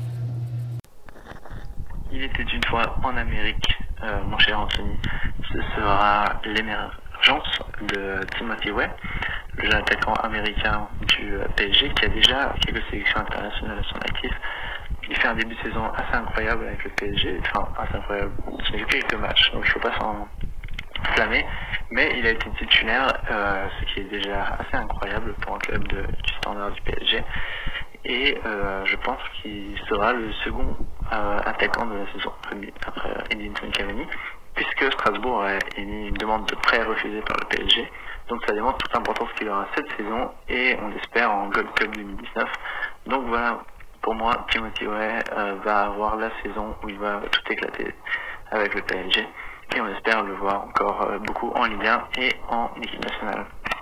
Il était une fois en Amérique, euh, mon cher Anthony. Ce sera l'émergence de Timothy Way, le jeune attaquant américain du P S G qui a déjà quelques sélections internationales à son actif. Il fait un début de saison assez incroyable avec le P S G, enfin assez incroyable, il n'y a eu quelques matchs, donc il ne faut pas s'en flammer, mais il a été titulaire, euh, ce qui est déjà assez incroyable pour un club de, du standard du P S G. Et euh, je pense qu'il sera le second euh, attaquant de la saison, après Edinson Cavani, puisque Strasbourg a émis une demande de prêt refusée par le P S G. Donc ça démontre toute l'importance qu'il aura cette saison et on l'espère en Gold Cup deux mille dix-neuf. Donc voilà, pour moi, Timothy Way euh, va avoir la saison où il va tout éclater. avec le P S G. Et on espère le voir encore euh, beaucoup en Ligue un et en équipe nationale.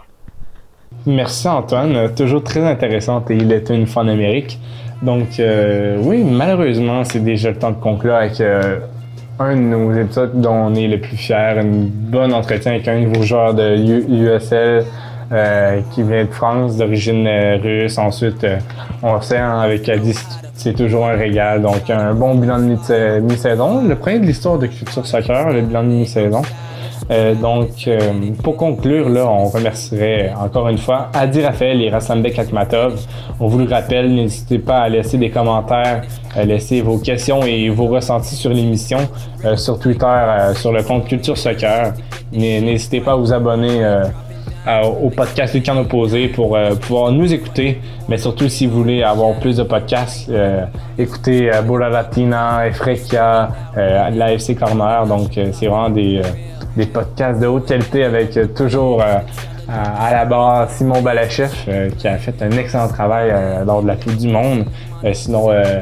Merci Antoine, toujours très intéressante et il est une fois en Amérique. Donc euh, oui, malheureusement, c'est déjà le temps de conclure avec euh, un de nos épisodes dont on est le plus fier, un bon entretien avec un nouveau joueur de U S L euh, qui vient de France, d'origine euh, russe. Ensuite, euh, on sait hein, avec Adi, c'est toujours un régal. Donc un bon bilan de mi-saison, le premier de l'histoire de Culture Soccer, le bilan de mi-saison. Euh, donc, euh, pour conclure, là, on remercierait encore une fois Adi Raphaël et Rassambek Akhmatov. On vous le rappelle, n'hésitez pas à laisser des commentaires, à laisser vos questions et vos ressentis sur l'émission euh, sur Twitter, euh, sur le compte Culture Soccer. N'hésitez pas à vous abonner euh, à, au podcast du camp opposé pour euh, pouvoir nous écouter, mais surtout si vous voulez avoir plus de podcasts, euh, écoutez euh, Bola Latina, Efrekia, euh, la F C Corner. Donc, euh, c'est vraiment des... Euh, des podcasts de haute qualité avec euh, toujours euh, à, à la barre Simon Balachef euh, qui a fait un excellent travail euh, lors de la Coupe du Monde. Euh, sinon, euh,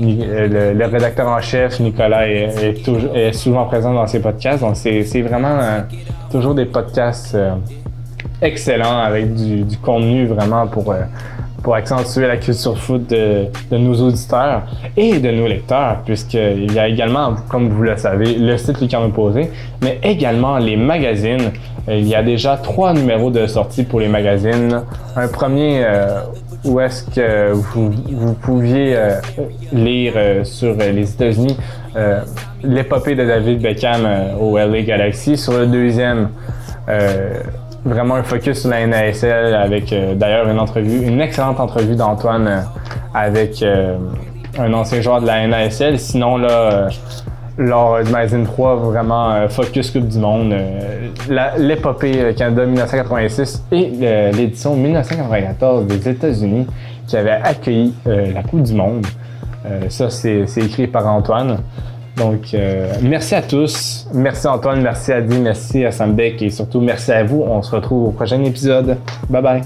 le, le rédacteur en chef, Nicolas, est, est, toujours, est souvent présent dans ces podcasts. Donc, c'est, c'est vraiment euh, toujours des podcasts euh, excellents avec du, du contenu vraiment pour... Euh, pour accentuer la culture foot de, de nos auditeurs et de nos lecteurs, puisqu'il y a également, comme vous le savez, le site Le Camp Opposé, mais également les magazines. Il y a déjà trois numéros de sortie pour les magazines. Un premier euh, où est-ce que vous, vous pouviez euh, lire euh, sur les États-Unis euh, l'épopée de David Beckham euh, au L A Galaxy. Sur le deuxième, euh, vraiment un focus sur la N A S L avec euh, d'ailleurs une entrevue, une excellente entrevue d'Antoine euh, avec euh, un ancien joueur de la N A S L. Sinon, là, euh, lors du magazine trois, vraiment euh, focus Coupe du Monde, euh, la, l'épopée Canada dix-neuf cent quatre-vingt-six et euh, l'édition dix-neuf cent quatre-vingt-quatorze des États-Unis qui avait accueilli euh, la Coupe du Monde. Euh, ça, c'est, c'est écrit par Antoine. Donc, euh, merci à tous. Merci Antoine, merci Adi, merci à Sambek et surtout merci à vous. On se retrouve au prochain épisode. Bye bye.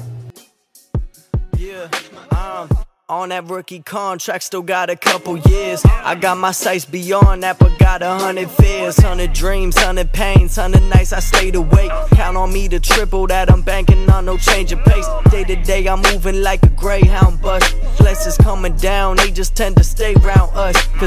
Yeah, um, on that rookie contract, still got a couple years. I got my sights beyond that, but got a hundred fears, hundred dreams, hundred pains, hundred nights I stayed awake. Count on me to triple that, I'm banking on no change of pace. Day to day, I'm moving like a greyhound bus. Blessings coming down, they just tend to stay round us. Cause